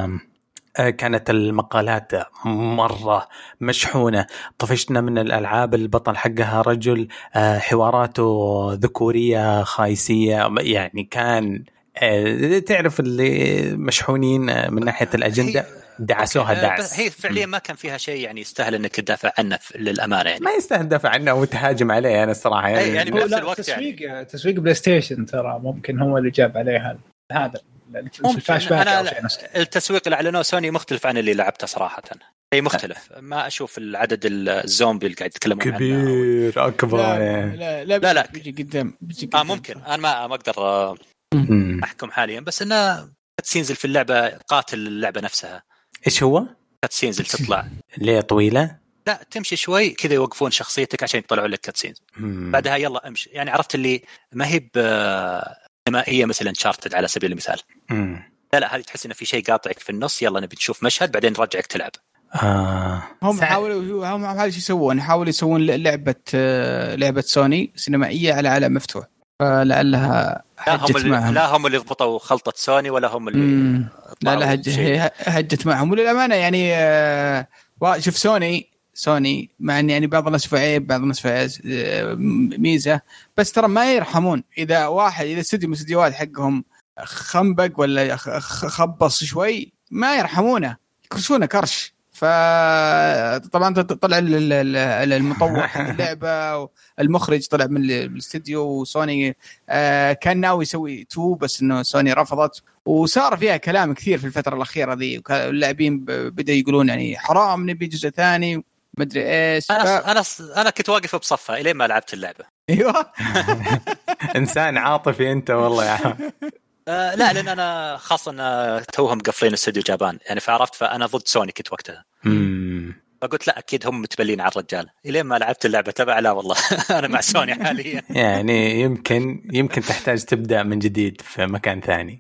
كانت المقالات مرة مشحونة. طفشنا من الألعاب البطل حقها رجل، حواراته ذكورية خايسية، يعني كان تعرف اللي مشحونين من ناحية الأجندة دعسوها دعس. هي فعليا ما كان فيها شيء يعني يستاهل انك تدافع عنه للامانه يعني. ما يستاهل تدافع عنه وتهاجم عليه انا الصراحه يعني بنفس الوقت تسويق بلاي ستيشن ترى ممكن هو اللي جاب عليها هذا الفلاش باك. التسويق اللي اعلنوه سوني مختلف عن اللي لعبته صراحه، هي مختلف. ما اشوف العدد الزومبي اللي قاعد يتكلمون عنه كبير اكبر. لا بيجي قدام ممكن انا ما اقدر احكم حاليا، بس انه كاتسينز في اللعبه قاتل اللعبه نفسها. ايش هو كاتسينز اللي تطلع ليه طويله؟ لا تمشي شوي كذا يوقفون شخصيتك عشان يطلعوا لك كاتسينز، بعدها يلا امشي. يعني عرفت اللي ما هي سينمائيه مثلا انشارتد على سبيل المثال. لا هذه تحس انه في شيء قاطعك في النص، يلا نبي نشوف مشهد بعدين نرجعك تلعب. هم حاولوا يسوون لعبه سوني سينمائيه على عالم مفتوح، فلعلها حجت معهم. لا هم اللي ضبطوا خلطة سوني ولا هم اللي لا هجت معهم. وللأمانة يعني شوف سوني مع أن يعني بعض الناس عيب بعض الناس ميزة، بس ترى ما يرحمون. إذا استديو من استديوهات حقهم خنبق ولا خبص شوي ما يرحمونه، يكرشونه كرش. فطبعا طلع المطور حق اللعبه والمخرج طلع من الاستديو، وسوني كان ناوي يسوي 2 بس انه سوني رفضت، وصار فيها كلام كثير في الفتره الاخيره ذي، واللاعبين بدأوا يقولون يعني حرام نبي جزء ثاني ما ادري ايش. انا كنت واقف بصفها الين ما لعبت اللعبه. ايوه انسان عاطفي انت والله يا لا لان انا خاصه ان توهم مقفلين استوديو جابان يعني، فعرفت فانا ضد سوني كنت وقتها. فقلت لا اكيد هم متبلين على الرجال. الين ما لعبت اللعبه تبع لا والله انا مع سوني حاليا. يعني يمكن تحتاج تبدا من جديد في مكان ثاني.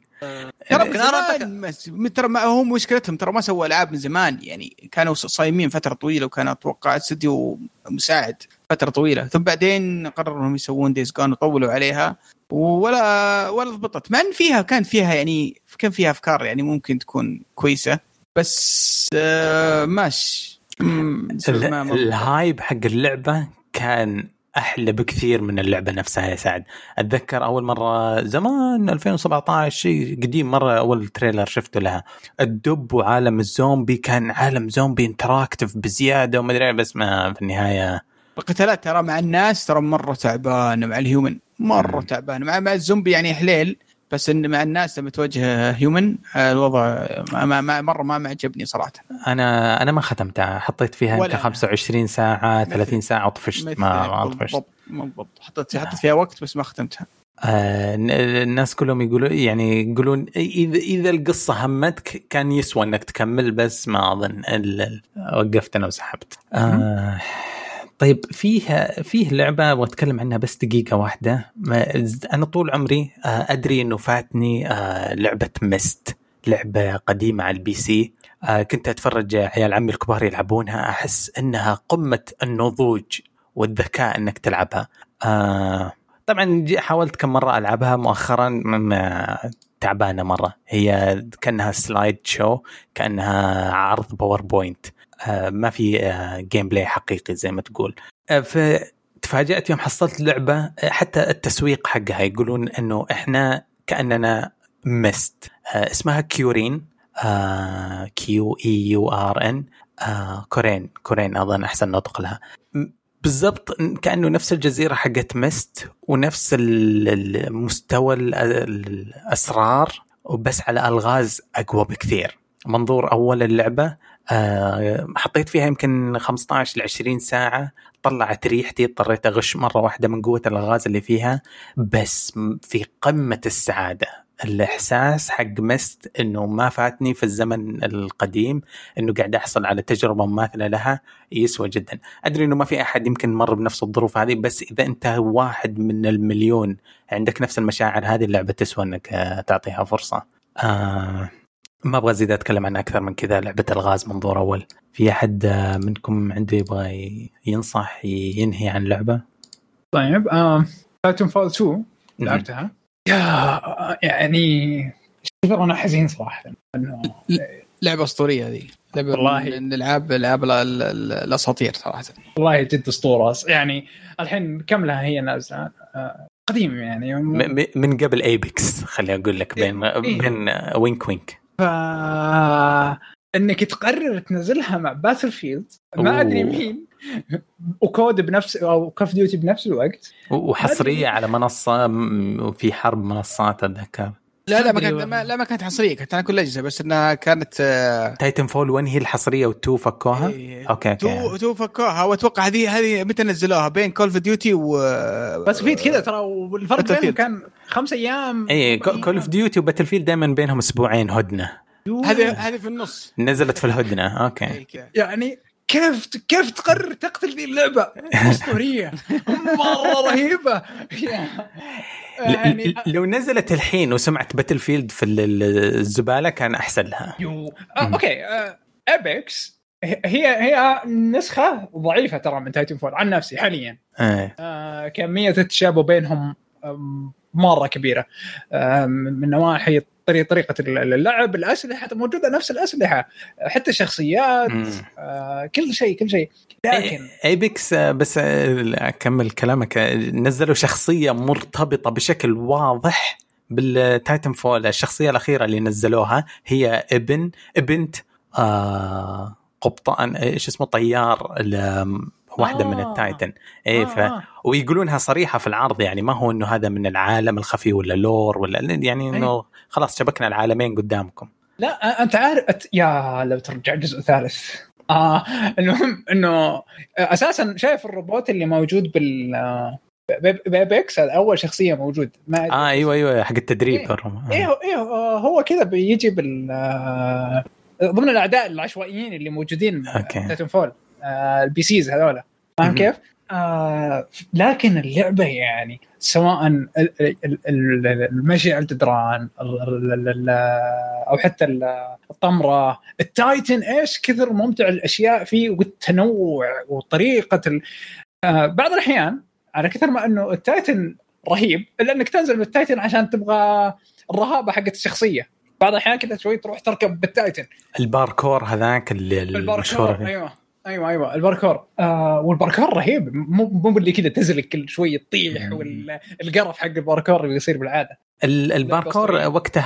ترى ما هم مشكلتهم، ترى ما سووا العاب من زمان يعني، كانوا صايمين فتره طويله وكانوا اتوقع استديو مساعد فتره طويله، ثم بعدين قرروا انهم يسوون دايز جون وطولوا عليها ولا ضبطت. مع ان كان فيها افكار يعني ممكن تكون كويسه، بس ماشي. الهايب حق اللعبه كان أحلى بكثير من اللعبة نفسها يا سعد. أتذكر أول مرة زمان 2017 شيء قديم مرة، أول تريلر شفته لها الدب وعالم الزومبي، كان عالم زومبي انتراكتيف بزيادة وما أدري، بس ما في النهاية القتالات ترى مع الناس ترى مرة تعبان، مع الهيومن مرة تعبان، مع الزومبي يعني حليل بس ان مع الناس لما تواجه هيومن الوضع مره ما معجبني صراحه. انا ما ختمتها، حطيت فيها يمكن 25 ساعه 30 ساعه وطفشت. ما طفشت بالضبط. حطيت فيها وقت بس ما ختمتها. الناس كلهم يقولون إذا القصة همتك كان يسوى أنك تكمل، بس ما أظن وقفت أنا وسحبت. طيب فيه لعبة وأتكلم عنها بس دقيقة واحدة. أنا طول عمري أدري أنه فاتني لعبة مست، لعبة قديمة على البي سي. كنت أتفرج عيال عمي الكبار يلعبونها، أحس أنها قمة النضوج والذكاء أنك تلعبها. طبعا حاولت كم مرة ألعبها مؤخرا، تعبانة مرة. هي كأنها سلايد شو، كأنها عرض باوربوينت، ما في جيم بلاي حقيقي زي ما تقول. فتفاجأت يوم حصلت لعبة حتى التسويق حقها يقولون أنه إحنا كأننا مست. اسمها كيورين، QEURN، كورين أظن أحسن نطق لها بالضبط. كأنه نفس الجزيرة حقت مست ونفس المستوى الأسرار، وبس على ألغاز أقوى بكثير. منظور أول اللعبة حطيت فيها يمكن 15 ل 20 ساعة، طلعت ريحتي، اضطريت أغش مرة واحدة من قوة الألغاز اللي فيها، بس في قمة السعادة. الإحساس حق مست إنه ما فاتني في الزمن القديم، إنه قاعد أحصل على تجربة مماثلة لها، يسوى جدا. أدري إنه ما في أحد يمكن مر بنفس الظروف هذه، بس إذا أنت واحد من المليون عندك نفس المشاعر هذه، اللعبة تسوى إنك تعطيها فرصة. ما أبغى أزيد أتكلم عنها أكثر من كذا. لعبة الغاز منظور أول. في أحد منكم عنده يبغى ينصح ينهي عن لعبة؟ طيب Titanfall 2 لعبتها. يعني أنا حزين صراحة إنه لعبة أسطورية هذه، لعبة والله من الألعاب الأساطير صراحة. والله جد أسطورة. يعني الحين كملها هي نازلة قديم يعني من قبل ايبكس، خليني أقول لك بين وينك انك تقرر تنزلها مع باتلفيلد ما ادري مين، وكود بنفس او كوف ديوتي بنفس الوقت، وحصريه على منصه، وفي حرب منصات اتذكر. لا ما كانت حصريه، كانت على كل الاجهزه، بس انها كانت تايتن فول 1 هي الحصريه، و2 فكوها. اوكي 2 فكوها، واتوقع هذه متى نزلوها بين كول اوف ديوتي بس فيت كذا ترى، والفرق بينهم كان 5 ايام. اي كول اوف ديوتي وباتل فيلد دائما بينهم اسبوعين هدنه، هذه في النص نزلت في الهدنه. اوكي يعني كيف تقرر تقتل ذي اللعبه اسطوريه مره رهيبه يعني. لو نزلت الحين وسمعت باتل فيلد في الزباله كان احسن لها. اوكي ابيكس هي نسخه ضعيفه ترى من تايتن فول عن نفسي حاليا. كميه التشابه بينهم مره كبيره، من نواحي طريقة اللعب، الأسلحة موجودة نفس الأسلحة، حتى الشخصيات، كل شيء. لكن ايبكس، بس أكمل كلامك، نزلوا شخصية مرتبطة بشكل واضح بالتايتن فول. الشخصية الأخيرة اللي نزلوها هي بنت قبطان، ايش اسمه، طيار واحدة من التايتن. ويقولونها صريحة في العرض، يعني ما هو إنه هذا من العالم الخفي ولا لور ولا يعني إنه خلاص شبكنا العالمين قدامكم. لا أنت عارف يا لو ترجع جزء ثالث المهم إنه أساسا شايف الروبوت اللي موجود بيبكس أول شخصية موجود ما أيوة حق التدريب. هو كذا بيجي ضمن الأعداء العشوائيين اللي موجودين تايتن فول، البي سيز هذولا، فاهم كيف؟ لكن اللعبة يعني سواء المشي على الجدران أو حتى الطمرة، التايتن إيش كثر ممتع الأشياء فيه، والتنوع وطريقة بعض الأحيان على كثر ما أنه التايتن رهيب، إلا أنك تنزل بالتايتن عشان تبغى الرهابة حقت الشخصية. بعض الأحيان كذا شوي تروح تركب بالتايتن. الباركور هذاك المشهور. ايوه الباركور. والباركور رهيب، مو اللي كذا تزلق كل شويه تطيح، والقرف حق الباركور اللي يصير بالعاده. الباركور وقتها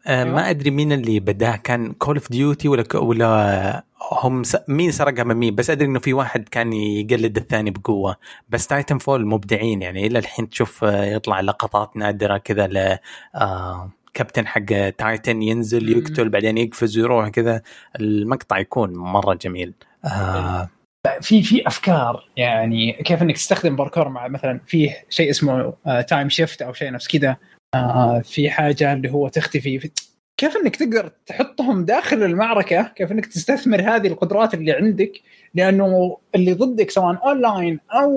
ما ادري مين اللي بداه، كان كول اوف ديوتي ولا هم مين سرقها من مين، بس ادري انه في واحد كان يقلد الثاني بقوه. بس تايتن فول مبدعين يعني، الى الحين تشوف يطلع لقطات نادره كذا ل كابتن حق تايتن ينزل يقتل بعدين يقفز ويروح كذا، المقطع يكون مره جميل. في افكار يعني كيف انك تستخدم باركور مع مثلا فيه شيء اسمه تايم شيفت او شيء نفس كذا، في حاجه اللي هو تختفي، كيف انك تقدر تحطهم داخل المعركه، كيف انك تستثمر هذه القدرات اللي عندك، لانه اللي ضدك سواء اونلاين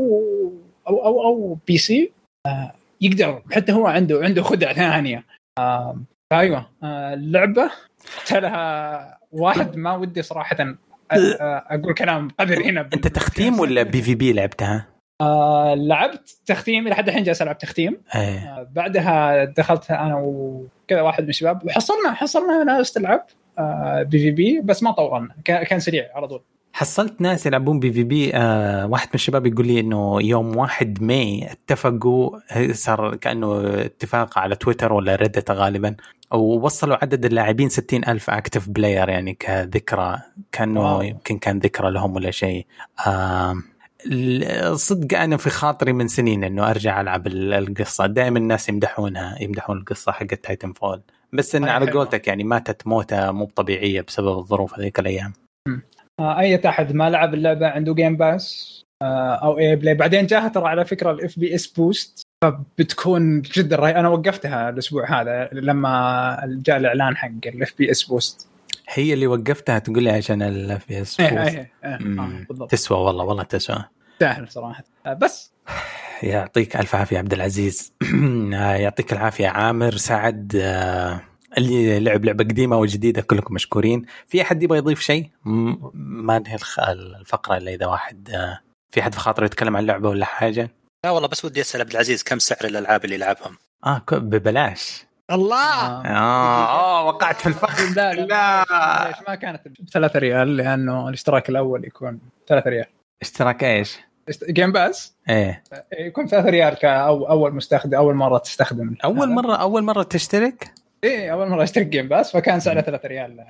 او بي سي يقدر حتى هو عنده خدع ثانيه. ايوه اللعبه لها واحد ما ودي صراحه اقول كلام قذر هنا. انت تختيم ولا بي في بي لعبتها؟ لعبت تختيم لحد الحين، جالس العب تختيم. بعدها دخلت انا وكذا واحد من الشباب وحصلنا ناس تلعب بي في بي، بس ما طولنا، كان سريع على طول. حصلت ناس يلعبون بي في بي. واحد من الشباب يقول لي انه يوم 1 ماي اتفقوا، صار كأنه اتفاق على تويتر ولا ريدت غالبا، ووصلوا عدد اللاعبين 60,000 اكتف بلاير يعني كذكرى، كانه يمكن كان ذكرى لهم ولا شيء. صدق أنا في خاطري من سنين إنه أرجع ألعب القصة، دائما الناس يمدحون القصة حق تايتن فول، بس إن على قولتك يعني ماتت موتة مو طبيعية بسبب الظروف هذيك الأيام. أي أحد ما لعب اللعبة عنده جيم باس أو اي بلاي، بعدين جاها ترى على فكرة الاف بي اس بوست، فبتكون جدا رهيبة. أنا وقفتها الأسبوع هذا لما جاء الإعلان حق الاف بي اس بوست. هي اللي وقفتها تقول لي عشان الاف بي اس بوست. تسوى والله تسوى، سهل صراحة. بس يعطيك ألف عافية عبد العزيز. يعطيك العافية عامر سعد، اللي لعب لعبة قديمة وجديدة كلكم مشكورين. في أحد يبغى يضيف شيء؟ ما نهي الفقرة إلا إذا واحد في حد في خاطره يتكلم عن لعبة ولا حاجة. لا والله بس ودي أسأل عبد العزيز كم سعر الألعاب اللي يلعبهم؟ ببلاش. الله وقعت في الفخ. لا ليش ما كانت ب3 ريال؟ لأنه الاشتراك الأول يكون 3 ريال. اشتراك ايش؟ جيم باس يكون 3 ريال كأول مستخدم، أول مرة تستخدم. أول مرة تشترك؟ أول مرة اشترك جيم باس، فكان سعره 3 ريال.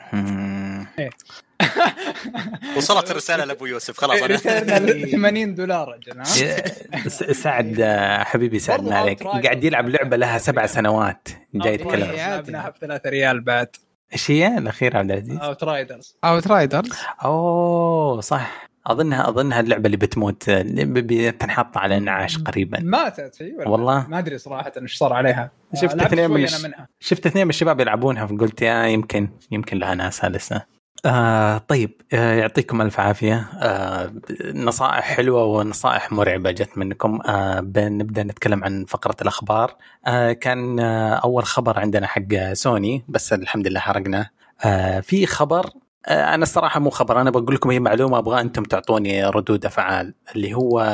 وصلت الرسالة لأبو يوسف خلاص. أنا $80 جناب. سعد حبيبي سعد عليك، قاعد يلعب لعبة لها 7 سنوات جاي يتكلم. لعبناها ب3 ريال بعد. إيش هي الأخيرة عبد العزيز؟ أوترايدرز. صح، أظنها اللعبة اللي بتموت، بتنحط على انعاش قريبا. ماتت والله ما أدري صراحة إيش صار عليها. شفت اثنين من الشباب يلعبونها، فقلت يمكن لها ناسها لسه. طيب يعطيكم ألف عافية. نصائح حلوة ونصائح مرعبة جت منكم. بنبدأ نتكلم عن فقرة الأخبار. كان أول خبر عندنا حق سوني، بس الحمد لله حرقناه. في خبر أنا الصراحة مو خبر، أنا بقول لكم هي معلومة أبغى أنتم تعطوني ردود أفعال، اللي هو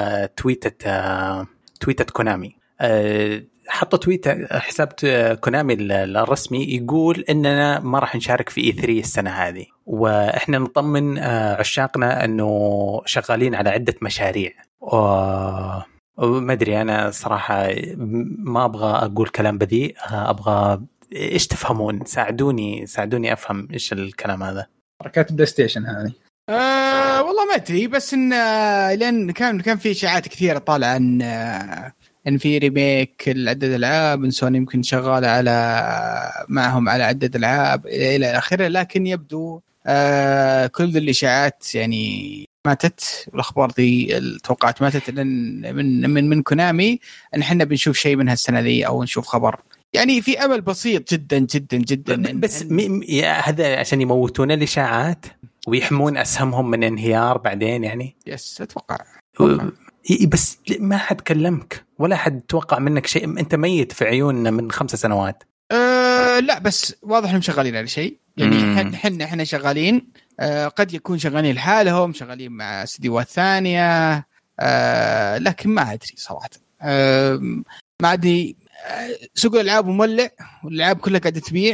تويتة كونامي. حطوا تويتة حساب كونامي الرسمي يقول إننا ما راح نشارك في E3 السنة هذه، وإحنا نطمن عشاقنا أنه شغالين على عدة مشاريع. وما أدري أنا صراحة ما أبغى أقول كلام بذيء، أبغى إيش تفهمون، ساعدوني أفهم إيش الكلام هذا. حركات بلاي ستيشن هذه والله ما أدري، بس إن لأن كان في إشاعات كثيرة طالعة إن في ريميك لعدة ألعاب، إن سوني يمكن شغال معهم على عدة ألعاب إلى آخره، لكن يبدو كل الإشاعات يعني ماتت، والأخبار دي التوقعات ماتت، لأن من كونامي إن إحنا بنشوف شيء منها السنة دي أو نشوف خبر، يعني في أمل بسيط جدا جدا جدا. بس هذا عشان يموتون الإشاعات ويحمون أسهمهم من انهيار بعدين يعني. يس أتوقع. بس ما حد كلمك ولا حد توقع منك شيء، أنت ميت في عيوننا من 5 سنوات. لا بس واضح إنهم شغالين على شيء، يعني إحنا شغالين، قد يكون شغالين لحالهم، شغالين مع استديوهات ثانية، لكن ما أدري صراحة. ما أدري، سوق الألعاب مولع والألعاب كلها قاعدة تبيع،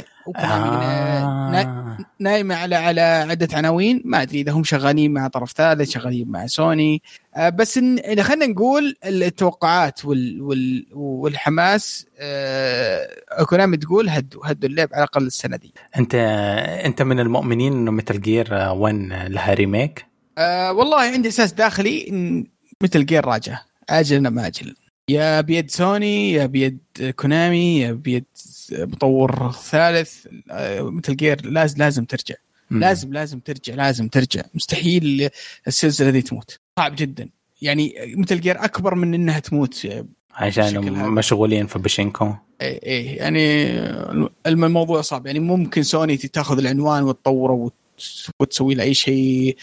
نايمة على عدة عناوين. ما أدري إذا هم شغالين مع طرف ثالث، شغالين مع سوني. بس خلينا نقول التوقعات والحماس كونامي تقول هدوا اللعب على الاقل السنه دي. انت من المؤمنين انه ميتال جير 1 لها ريميك؟ والله عندي اساس داخلي ان ميتال جير راجع اجل ما اجل، يا بيد سوني يا بيد كونامي يا بيد مطور ثالث. ميتال جير لازم ترجع. لازم ترجع. مستحيل السلسله دي تموت، صعب جدا. يعني ميتال جير اكبر من انها تموت عشان مشغولين في بشينكو. ايه يعني الموضوع صعب. يعني ممكن سوني تاخذ العنوان وتطوره وتسوي له اي شيء،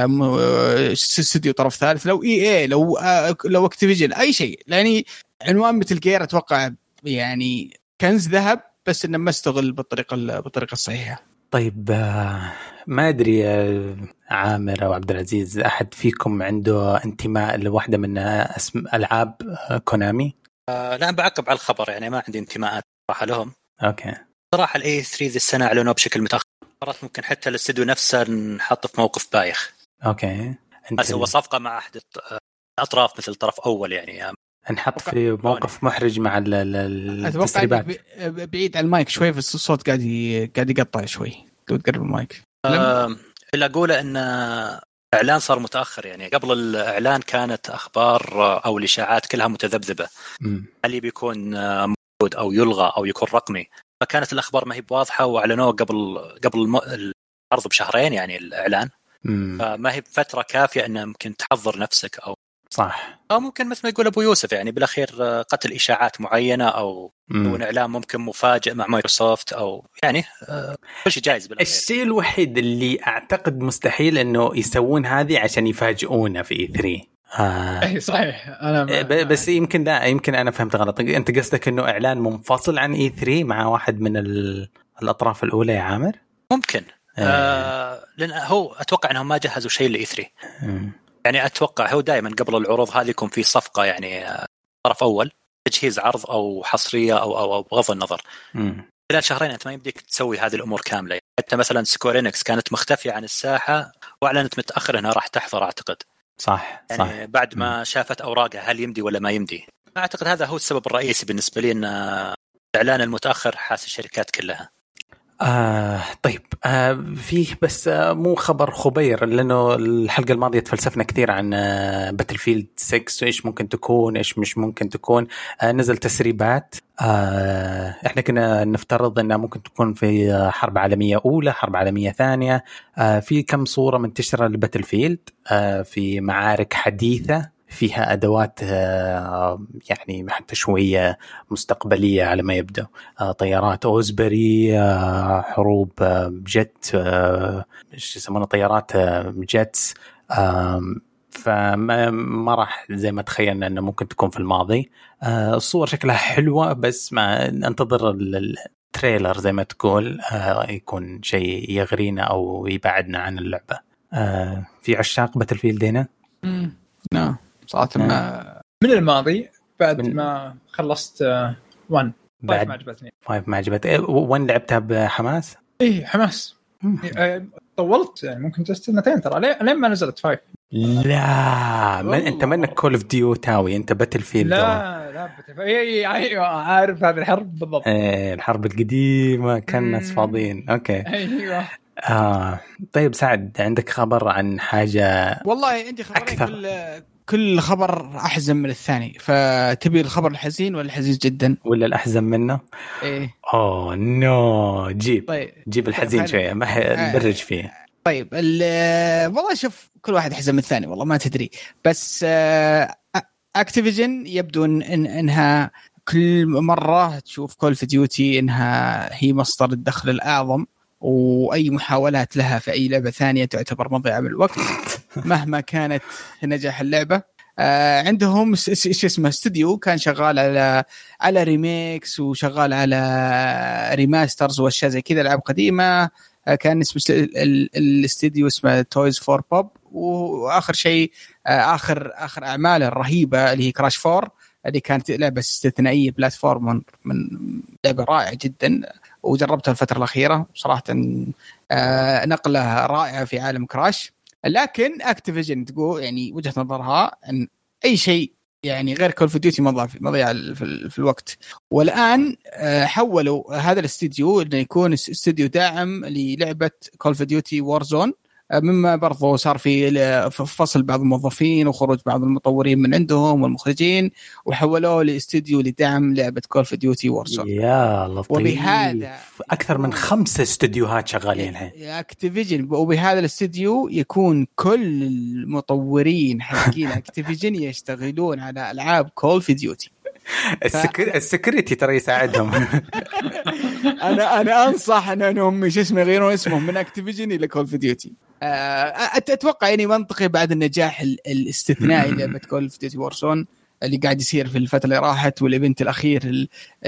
استوديو طرف ثالث، لو اي لو اكتيفيجن اي شيء. يعني عنوان ميتال جير اتوقع يعني كنز ذهب، بس انه ما استغل بالطريقه الصحيحه. طيب ما ادري عامر او عبد العزيز، احد فيكم عنده انتماء لواحده من اسم العاب كونامي؟ لا بعقب على الخبر، يعني ما عندي انتماءات صراحه لهم. اوكي. صراحه الاي 3 ذي السنه اعلنوه بشكل متاخر، ممكن حتى الاستوديو نفسه نحط في موقف بايخ. اوكي. بس هو صفقه مع احد الاطراف مثل طرف اول، يعني نحط في موقف محرج مع التسريبات. بعيد عن المايك شوي، في الصوت قاعد يقطع شوي، تقرب المايك. اللي اقوله ان الاعلان صار متاخر، يعني قبل الاعلان كانت اخبار او الاشاعات كلها متذبذبه. هل بيكون موجود او يلغى او يكون رقمي، فكانت الاخبار ما هي بواضحه، واعلنوه قبل العرض بشهرين يعني الاعلان. فما هي بفتره كافيه ان ممكن تحضر نفسك، او صح، او ممكن مثل ما يقول ابو يوسف يعني بالاخير قتل اشاعات معينه، او اعلان ممكن مفاجئ مع مايكروسوفت، او يعني كل شيء جايز بالاخير. الشيء الوحيد اللي اعتقد مستحيل انه يسوون هذه عشان يفاجئونا في E3. اي صحيح. انا بس يمكن لا، يمكن انا فهمت غلط. انت قصدك انه اعلان منفصل عن E3 مع واحد من الاطراف الاولى يا عامر؟ ممكن. لان هو اتوقع انهم ما جهزوا شيء ل E3. يعني اتوقع هو دائما قبل العروض هذه يكون في صفقه، يعني طرف اول تجهيز عرض او حصريه او بغض النظر. خلال شهرين انت ما يمديك تسوي هذه الامور كامله. حتى مثلا سكوير إنكس كانت مختفيه عن الساحه واعلنت متاخر انها راح تحضر اعتقد. صح يعني صح. بعد ما شافت اوراقها هل يمدي ولا ما يمدي. اعتقد هذا هو السبب الرئيسي بالنسبه لي، ان الاعلان المتاخر حاس الشركات كلها. طيب فيه بس مو خبر خبير، لأنه الحلقة الماضية تفلسفنا كثير عن باتلفيلد 6 وإيش ممكن تكون إيش مش ممكن تكون. نزل تسريبات. إحنا كنا نفترض أنها ممكن تكون في حرب عالمية أولى، حرب عالمية ثانية. في كم صورة منتشرة لباتلفيلد في معارك حديثة فيها أدوات يعني حتى شوية مستقبلية على ما يبدو. طيارات أوزبري، حروب بجت، إيش يسمونه، طيارات جيتس. فما راح زي ما تخيلنا أنه ممكن تكون في الماضي. الصور شكلها حلوة، بس ما ننتظر التريلر زي ما تقول يكون شيء يغرينا أو يبعدنا عن اللعبة. في عشاق باتلفيلد هنا؟ نعم صراحة من الماضي بعد ما خلصت 1 بعد ما عجبتني. 5 ما عجبتني. 1 لعبتها بحماس؟ ايه حماس. طولت يعني ممكن سنتين ترى لين ما نزلت 5. لا انت منك كول اوف ديوتاوي، انت باتلفيلد. لا ايوه عارف هذه الحرب بالضبط. الحرب القديمة كان ناس فاضيين. اوكي ايوه. طيب سعد، عندك خبر عن حاجة؟ والله عندي خبرين، كل خبر أحزن من الثاني، فتبي الخبر الحزين ولا الحزين جدا ولا الأحزن منه؟ إيه. نو جيب. طيب. جيب الحزين شوية، ما نبرج فيه. طيب والله شوف كل واحد أحزن من الثاني، والله ما تدري. بس أكتيفيجن يبدو إنها كل مرة تشوف كول اوف ديوتي إنها هي مصدر الدخل الأعظم، وأي محاولات لها في أي لعبة ثانية تعتبر مضيعة من الوقت مهما كانت نجاح اللعبة. عندهم اسمه استوديو كان شغال على ريميكس وشغال على ريماسترز واشياء زي كذا، العاب قديمة. كان اسمه الاستوديو اسمه تويز فور بوب. واخر شيء اخر اعماله الرهيبة اللي هي كراش 4، اللي كانت لعبة استثنائية بلاتفورم، من لعبة رائعة جدا وجربتها الفترة الأخيرة صراحة. نقلة رائعة في عالم كراش. لكن أكتيفيجن تقول يعني وجهة نظرها أن أي شيء يعني غير كول اوف ديوتي مضيع في الوقت. والان حولوا هذا الاستديو انه يكون استديو داعم للعبه كول اوف ديوتي وارزون، مما برضو صار في فصل بعض الموظفين وخروج بعض المطورين من عندهم والمخرجين، وحولوه لاستديو لدعم لعبه كول اوف ديوتي وارزون. يا لطيف. وبهذا اكثر من 5 استديوهات شغالين الحين اكتيفيجن، وبهذا الاستديو يكون كل المطورين حقين اكتيفيجن يشتغلون على العاب كول اوف ديوتي. السكيورتي ترى يساعدهم. انا انصح انهم يغيرون اسمهم من اكتيفيجن الى كول اوف ديوتي. اتوقع يعني منطقي بعد النجاح الاستثنائي لعبه كول اوف ديوتي وارزون اللي قاعد يصير في الفتره اللي راحت، والايفنت الاخير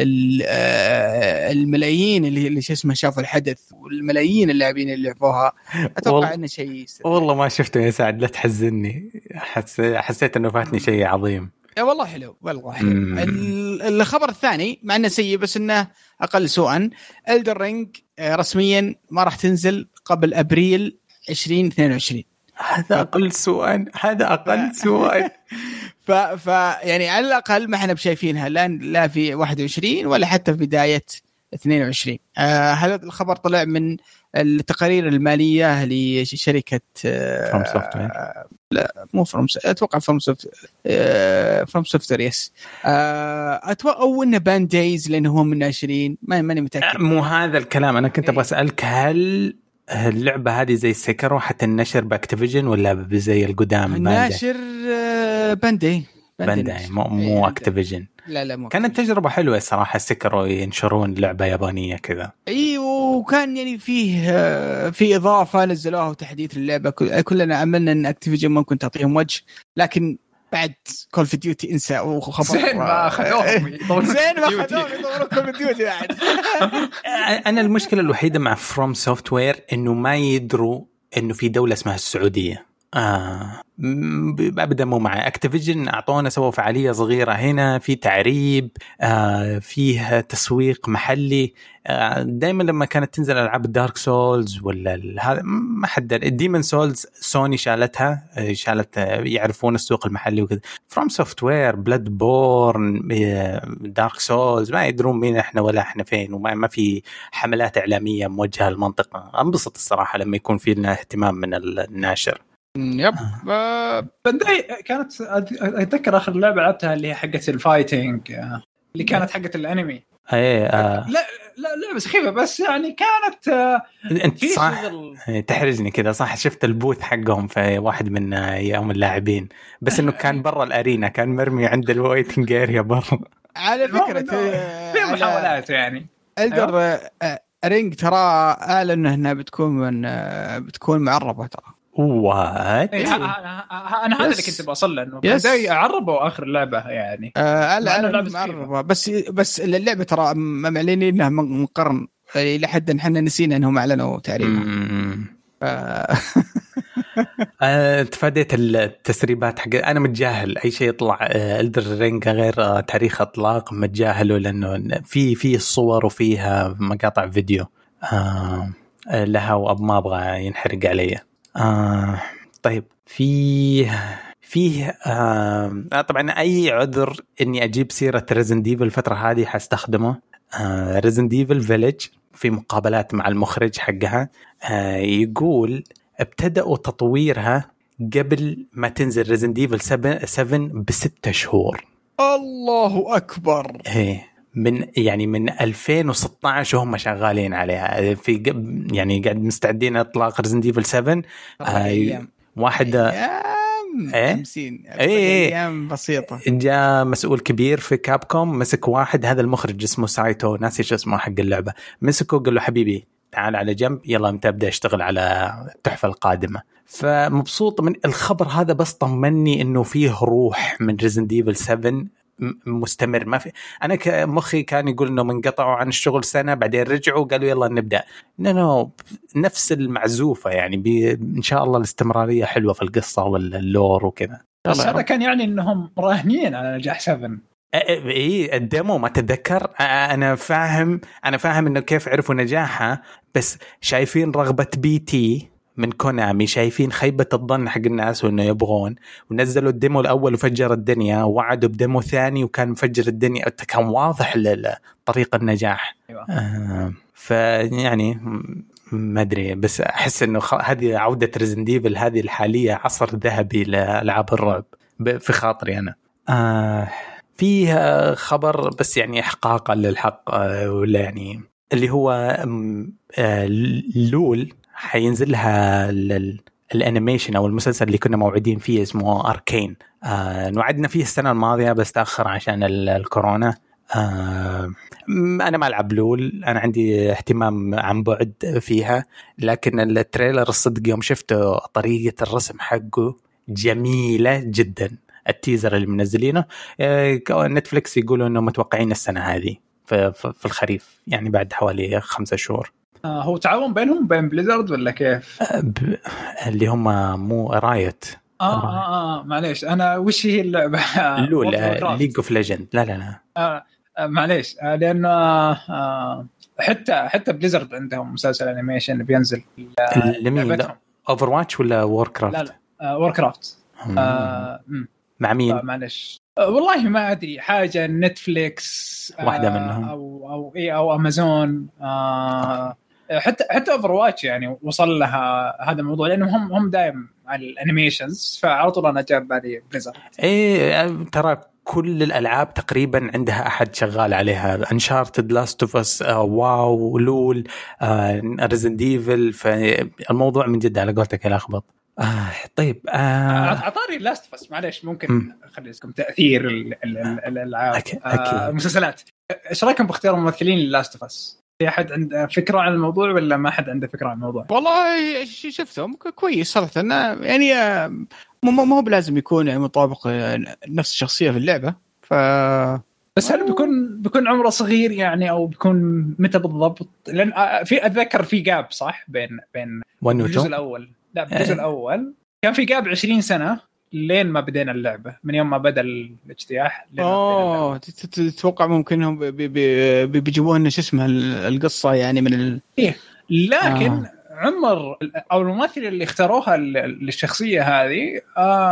الملايين اللي شافوا الحدث، والملايين اللاعبين اللي لعبوها. اتوقع انه شيء والله ما شفته يا سعد، لا تحزني. حسيت انه فاتني شيء عظيم. والله حلو والله حلو. الخبر الثاني مع انه سيء بس انه اقل سوءا، Elden Ring رسميا ما راح تنزل قبل ابريل 2022. هذا اقل سوءا. ف يعني على الاقل ما احنا بشايفينها لا في 21 ولا حتى في بدايه 22. هذا الخبر طلع من التقارير الماليه لشركه فروم سوفتوير. لا مو فروم، اتوقع فروم سوفتوير يس. اتوقع او انه باندايز لانه هم من ناشرين، ماني متاكد. مو هذا الكلام، انا كنت ابغى اسالك هل اللعبه هذه زي سيكرو حتى النشر باكتيفيجن ولا زي القدام؟ الناشر بانداي مو اكتيفيجن. لا مو كانت تجربه حلوه الصراحه، سيكرو ينشرون لعبه يابانيه كذا. اي وكان يعني في اضافه نزلوها وتحديث اللعبه. كلنا عملنا ان اكتيفيجن ممكن تعطيهم وجه، لكن بعد كول اوف ديوتي انسى وخبر. زين ما اخذوهم يطورون كول اوف ديوتي بعد. انا المشكله الوحيده مع فروم سوفتوير انه ما يدروا انه في دوله اسمها السعوديه. ابدا مو مع اكتيفيجن. اعطونا سووا فعاليه صغيره هنا، في تعريب، فيها تسويق محلي. دائما لما كانت تنزل العاب الدارك سولز ولا هذا ما حد الديمن سولز سوني شالت يعرفون السوق المحلي وكذا. فروم سوفتوير بلاد بورن دارك سولز ما يدرون مين احنا ولا احنا فين، وما في حملات اعلاميه موجهه للمنطقه. انبسط الصراحه لما يكون في لنا اهتمام من الناشر. يب. بنداي كانت اتذكر اخر لعبه لعبتها اللي هي حقه الفايتنج اللي كانت حقه الانمي. لا لعبه سخيفه بس يعني كانت انت صح تحرجني كذا صح. شفت البوث حقهم في واحد من يوم اللاعبين، بس انه كان برا الارينا، كان مرمي عند الويتنج اريا برا. على فكره في محاولات يعني Elden Ring ترى اعلن انها بتكون معربه ترى. وات انا هذا اللي كنت بوصل له، انه بداي عربوا اخر لعبه يعني. لعبه معربه بس اللعبه ترى معلنين انها من قرن، الى حد احنا نسينا انهم اعلنوا تعريبها. تفاديت التسريبات حق. انا متجاهل اي شيء يطلع Elden Ring غير تاريخ اطلاق، متجاهله لانه في الصور وفيها مقاطع فيديو لها، وما ابغى ينحرق علي. طيب فيه طبعا اي عذر اني اجيب سيرة Resident Evil الفترة هذه حستخدمه. Resident Evil Village في مقابلات مع المخرج حقها يقول ابتدأوا تطويرها قبل ما تنزل Resident Evil 7 ب6 شهور. الله أكبر. من 2016 وهم شغالين عليها، يعني قاعد مستعدين اطلاق Resident Evil 7. واحد 50 ايام بسيطه. جاء مسؤول كبير في كابكوم مسك واحد، هذا المخرج اسمه سايتو، ناسي شو اسمه حق اللعبه، مسكه قال له حبيبي تعال على جنب، يلا انت ابدا اشتغل على التحفه القادمه. فمبسوط من الخبر هذا، بس طمني انه فيه روح من Resident Evil 7 مستمر. ما في، انا مخي كان يقول انه منقطعوا عن الشغل سنه بعدين رجعوا قالوا يلا نبدا. نفس المعزوفه يعني. ان شاء الله الاستمراريه حلوه في القصه واللور وكذا. بس هذا كان يعني انهم راهنين على نجاح 7. ايه الديمو ما تتذكر. انا فاهم انه كيف عرفوا نجاحها، بس شايفين رغبه بي تي من كونامي شايفين خيبة الظن حق الناس وإنه يبغون، ونزلوا الديمو الأول وفجر الدنيا، ووعدوا بديمو ثاني وكان مفجر الدنيا، كان واضح طريق النجاح. فيعني ما أدري، بس أحس إنه هذه عودة ريزيدنت إيفل هذه الحالية عصر ذهبي لألعاب الرعب في خاطري أنا. فيها خبر بس يعني إحقاقا للحق، ولا يعني اللي هو لول حينزل لها الانيميشن او المسلسل اللي كنا موعدين فيه اسمه أركين. نوعدنا فيه السنة الماضية بس تأخر عشان الكورونا. أنا ما ألعب لول، أنا عندي اهتمام عن بعد فيها، لكن التريلر الصدق يوم شفته طريقة الرسم حقه جميلة جدا. التيزر اللي منزلينه نتفليكس يقولوا إنه متوقعين السنة هذه في الخريف، يعني بعد حوالي 5 شهور. هو تعاون بينهم بين بليزرد ولا كيف؟ اللي هم مو رايت. معليش أنا وش هي اللعبة؟ لول ليج اوف ليجند. لا معليش لأنه حتى بليزرد عندهم مسلسل أنيميشن بينزل. اوفر واتش ولا وور كرافت؟ لا وور كرافت. مع مين؟ معليش والله ما أدري، حاجة نتفليكس واحدة منهم أو أمازون. حتى اوفر واتش يعني وصل لها هذا الموضوع، لأنهم هم دائم على الانيميشنز، فعلى طول أنا جاب بالي بليزرد. ترى كل الألعاب تقريبا عندها أحد شغال عليها، انشارتد، لاست اوف اس، واو، لول، ريزيدنت ايفل. فالموضوع من جد على قولتك يلخبط. طيب عطاري لاست اوف اس، معليش ممكن خلي لكم تأثير الألعاب. المسلسلات، ايش رايكم باختيار الممثلين للاست اوف اس؟ في أحد عنده فكرة عن الموضوع ولا ما حد عنده فكرة عن الموضوع؟ والله شفتهم كويس صراحة، يعني مو بلازم يكون يعني مطابق نفس الشخصية في اللعبة. بس هل بيكون عمره صغير يعني، أو بيكون متى بالضبط؟ لأن في أتذكر في جاب صح بين الجزء الأول. لا الجزء الأول كان في جاب 20 سنة لين ما بدينا اللعبة، من يوم ما بدأ الاجتياح. تتوقع ممكن هم بيجيبون شو اسمه القصة يعني من لكن عمر أو الممثل اللي اختاروها للشخصية هذه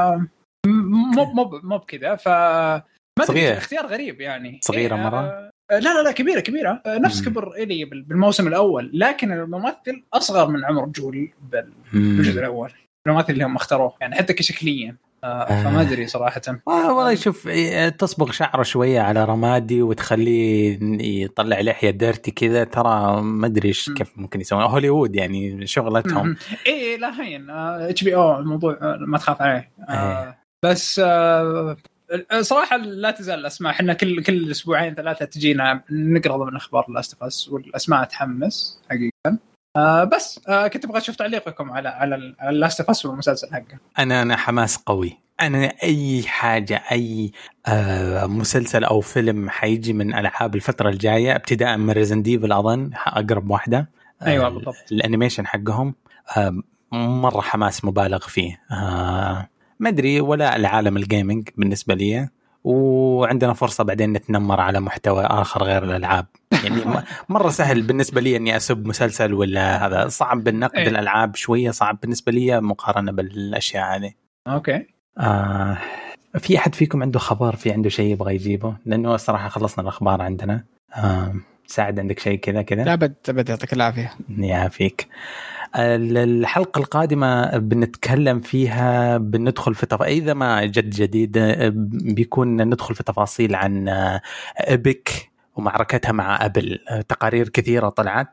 مو بكذا، صغيرة، اختيار غريب يعني. صغيرة مرة. لا كبيرة نفس كبر إلي بالموسم الأول، لكن الممثل أصغر من عمر جول بالجزء الأول، الممثل اللي هم اختاروه يعني حتى كشكليا. فما أدري صراحة. والله شوف، تصبغ شعره شوية على رمادي وتخليه يطلع لحية ديرتي كذا، ترى ما أدري كيف ممكن يسوون. هوليوود يعني شغلتهم. إيه لا هين HBO الموضوع ما تخاف عليه. بس صراحة لا تزال الأسماء، حنا كل أسبوعين 3 تجينا نقرأ من أخبار لاست اوف اس، والأسماء تحمس حقيقة. بس كنت أبغى أشوف تعليقكم على لاست اوف اس والمسلسل حقه. أنا حماس قوي. أنا أي حاجة، أي مسلسل أو فيلم حيجي من ألعاب الفترة الجاية، ابتداء من ريزيدنت إيفل أظن أقرب واحدة. أيوة بالضبط. الأنيميشن حقهم مرة حماس مبالغ فيه. ما أدري، ولا العالم الجيمينج بالنسبة لي، وعندنا فرصة بعدين نتنمر على محتوى آخر غير الألعاب. يعني مرة سهل بالنسبة لي أني أسب مسلسل ولا هذا، صعب بالنقد الألعاب شوية صعب بالنسبة لي مقارنة بالأشياء هذه. أوكي. في أحد فيكم عنده خبر، في عنده شيء يبغى يجيبه؟ لأنه الصراحة خلصنا الأخبار عندنا. ساعد عندك شيء كذا؟ لا بد يعطيك العافية. يعافيك. الحلقة القادمة بنتكلم فيها، بندخل في إذا ما جديد بيكون ندخل في تفاصيل عن إبك ومعركتها مع أبل. تقارير كثيرة طلعت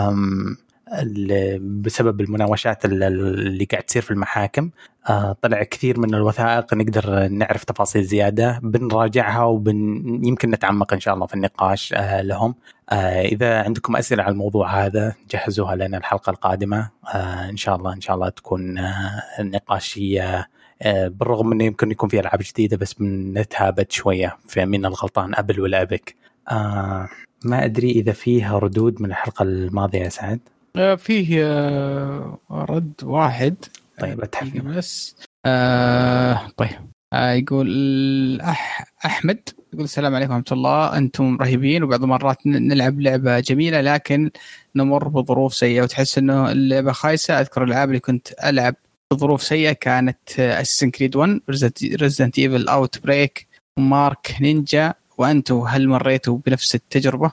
بسبب المناوشات اللي قاعد تصير في المحاكم. طلع كثير من الوثائق، نقدر نعرف تفاصيل زيادة، بنراجعها يمكن نتعمق إن شاء الله في النقاش لهم. إذا عندكم أسئلة على الموضوع هذا جهزوها لنا الحلقة القادمة. إن شاء الله تكون نقاشية، بالرغم أنه يمكن يكون في ألعاب جديدة، بس بنتهابت شوية في من الغلطان أبل ولا أبك. ما أدري إذا فيها ردود من الحلقة الماضية يا سعد. فيه رد واحد. طيب بس طيب يقول أحمد يقول السلام عليكم ورحمة الله، أنتم رهيبين، وبعض المرات نلعب لعبة جميلة لكن نمر بظروف سيئة وتحس إنه اللعبة خايسة. أذكر الألعاب اللي كنت ألعب بظروف سيئة كانت Assassin's Creed 1، Resident Evil Outbreak، ومارك نينجا. وأنتم هل مريتوا بنفس التجربة؟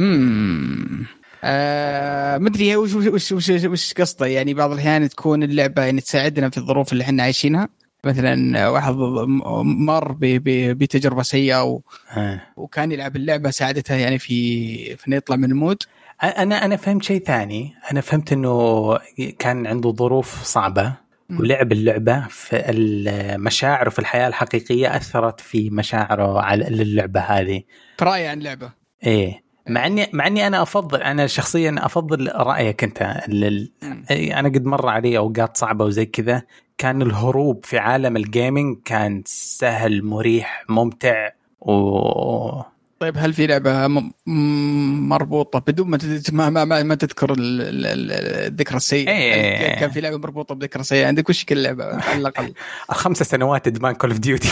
مدري وش قصده. يعني بعض الأحيان تكون اللعبة يعني تساعدنا في الظروف اللي احنا عايشينها. مثلا واحد مر بتجربة سيئة وكان يلعب اللعبة ساعدته يعني في يطلع من المود. أنا فهمت شيء ثاني. أنا فهمت إنه كان عنده ظروف صعبة ولعب اللعبة في المشاعر في الحياة الحقيقية أثرت في مشاعره على اللعبة هذه. رأي عن اللعبة إيه. مع اني انا شخصيا افضل رايك انت. انا قد مر علي اوقات صعبه وزي كذا، كان الهروب في عالم الجيمنج كان سهل مريح ممتع طيب هل في لعبه مربوطه بدون ما تذكر الذكرى السيئه؟ كان في لعبه مربوطه بذكرى سيئه عندك؟ وش كل لعبه على الاقل 5 سنوات ادمان كول اوف ديوتي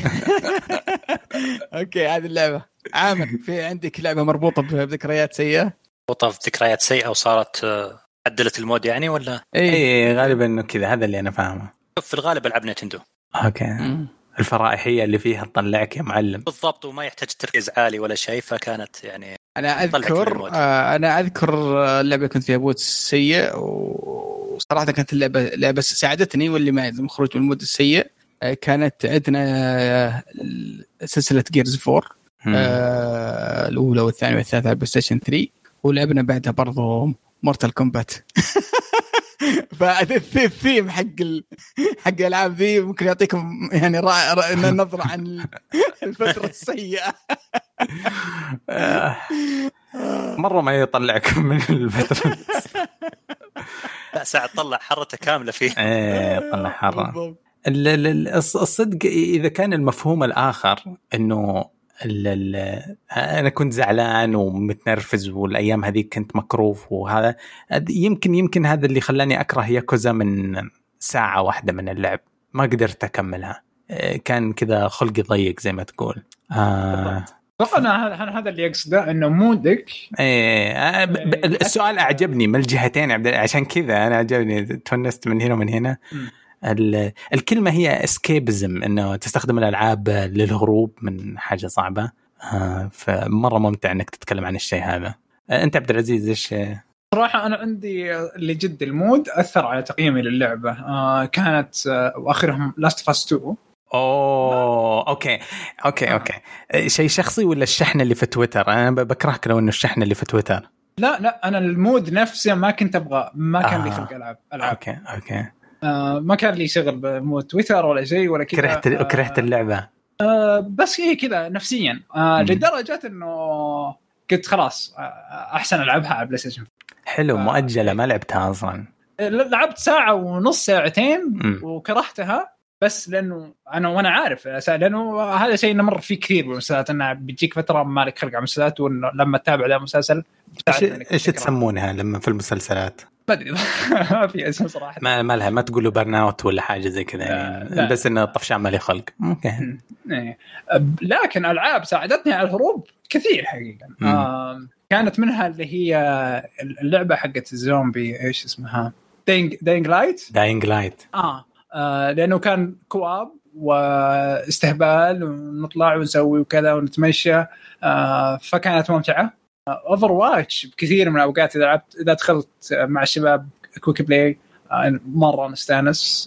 اوكي هذه اللعبه. عامر في عندك لعبه مربوطه بذكريات سيئه؟ مربوطه بذكريات سيئه وصارت عدلت المود يعني ولا؟ اي غالبا انه كذا، هذا اللي انا فاهمه. في الغالب العاب نينتندو. اوكي. الفرائحيه اللي فيها تطلعك يا معلم بالضبط، وما يحتاج تركيز عالي ولا شيء، فكانت يعني انا اذكر اللعبه كنت فيها بوت سيء، وصراحه كانت اللعبه ساعدتني واللي ما يلزم خروج من المود السيء. كانت عندنا سلسله جيرز 4 الاولى والثانيه والثالثه على بلاي ستيشن 3، ولعبنا بعدها برضو مورتال كومبات. فالثيم حق الالعاب ذي ممكن يعطيكم يعني نظره عن الفتره السيئه. مره ما يطلعكم من الفتره. لا ساعه طلع حرته كامله فيه. طلع حره. الصدق اذا كان المفهوم الاخر انه أنا كنت زعلان ومتنرفز والأيام هذه كنت مكروف، وهذا يمكن هذا اللي خلاني أكره ياكوزا من ساعة واحدة من اللعب، ما قدرت أكملها. كان كذا خلقي ضيق زي ما تقول. أنا هذا اللي يقصده إنه مودك. السؤال أعجبني من الجهتين عشان كذا أنا عجبني، تونست من هنا ومن هنا. الكلمة هي اسكيبزم، انه تستخدم الالعاب للهروب من حاجة صعبة. فمرة ممتع انك تتكلم عن الشيء هذا. انت عبد العزيز ايش؟ صراحة انا عندي اللي جد المود اثر على تقييمي للعبة. كانت واخرهم لاست فاست 2. اوكي شيء شخصي ولا الشحن اللي في تويتر؟ انا بكرهك لو انه الشحن اللي في تويتر. لا انا المود نفسه ما كنت ابغى، ما كان لي خلق العاب. اوكي ما كان لي شغل بمود تويتر ولا شيء ولا كذا. كرهت اللعبة. بس هي كذا نفسيا لدرجة انه كنت خلاص احسن العبها على بلاي ستيشن. حلو. مؤجلة ما لعبتها اصلا. لعبت ساعة ونص ساعتين وكرهتها، بس لانه وانا عارف لانه هذا شيء نمر فيه كثير بالمسلسلات، انها بتجيك فترة ما لك خلق على المسلسلات، وانه لما تتابع ذا مسلسل ايش تسمونها لما في المسلسلات؟ ما ادري ما في اسم صراحه. ما لها، ما تقولوا برن اوت ولا حاجه زي كذا يعني. بس انه طفشان مالي خلق. اوكي. لكن العاب ساعدتني على الهروب كثير حقيقه. كانت منها اللي هي اللعبه حقت الزومبي، ايش اسمها؟ داينج لايت. لانه كان كواب واستهبال ونطلع ونسوي وكذا ونتمشى. فكانت ممتعه. اوفر واتش بكثير من الاوقات اذا دخلت مع الشباب كويك بلاي مره نستانس.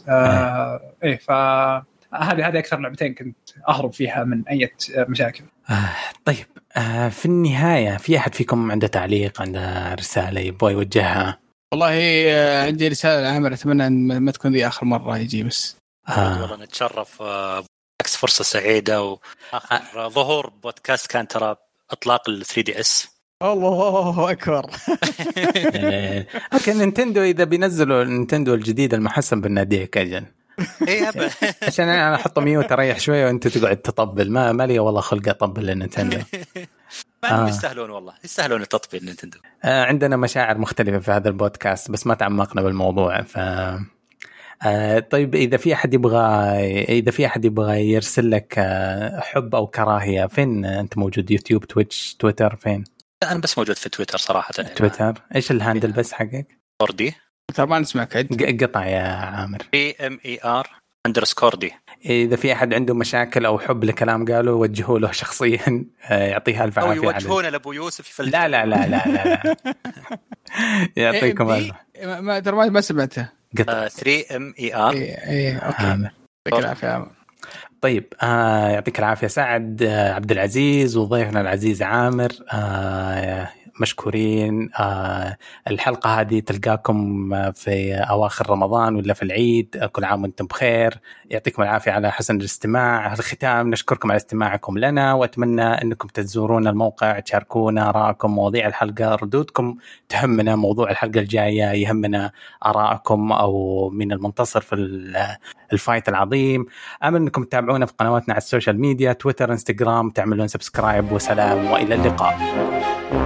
فهذه اكثر لعبتين كنت اهرب فيها من اي مشاكل. طيب في النهايه في احد فيكم عنده تعليق، عنده رساله يبغى يوجهها؟ والله عندي رساله لعامر، اتمنى ان ما تكون ذي اخر مره يجي بس. والله نتشرف. عكس فرصه سعيده، واخر ظهور بودكاست كان ترى اطلاق ال 3DS. الله أكبر. اوكي نينتندو اذا بينزلوا نينتندو الجديد المحسن بالناديك اجل. عشان انا احط ميوت اريح شويه وانت تقعد تطبل. ما لي والله خلق اطبل للنينتندو. يستاهلون والله، يستاهلون التطبيل النينتندو. عندنا مشاعر مختلفه في هذا البودكاست بس ما تعمقنا بالموضوع. ف طيب إذا في أحد يبغى يرسل لك حب أو كراهية، فين أنت موجود؟ يوتيوب، تويتش، تويتر، فين؟ أنا بس موجود في تويتر صراحة. تويتر إيش الهاندل بس حقك؟ كوردي. طبعا اسمعك قطع يا عامر. PMER_D. إذا في أحد عنده مشاكل أو حب لكلام قاله وجهوا له شخصيا يعطيها ألف عافية. أو يوجهونه لأبو يوسف. لا لا لا لا لا يعطيكم العافية. ما ترى ما سمعتها. 3MER. أوكي. يعطيك العافية. طيب يعطيك العافية سعد عبد العزيز وضيفنا العزيز عامر. مشكورين. الحلقة هذه تلقاكم في أواخر رمضان ولا في العيد. كل عام وانتم بخير. يعطيكم العافية على حسن الاستماع. الختام نشكركم على استماعكم لنا، وأتمنى أنكم تزورون الموقع، تشاركونا آراءكم، مواضيع الحلقة، ردودكم تهمنا. موضوع الحلقة الجاية يهمنا آراءكم، أو من المنتصر في الفايت العظيم. أمل أنكم تتابعونا في قنواتنا على السوشيال ميديا، تويتر، انستغرام، تعملون سبسكرايب. وسلام وإلى اللقاء.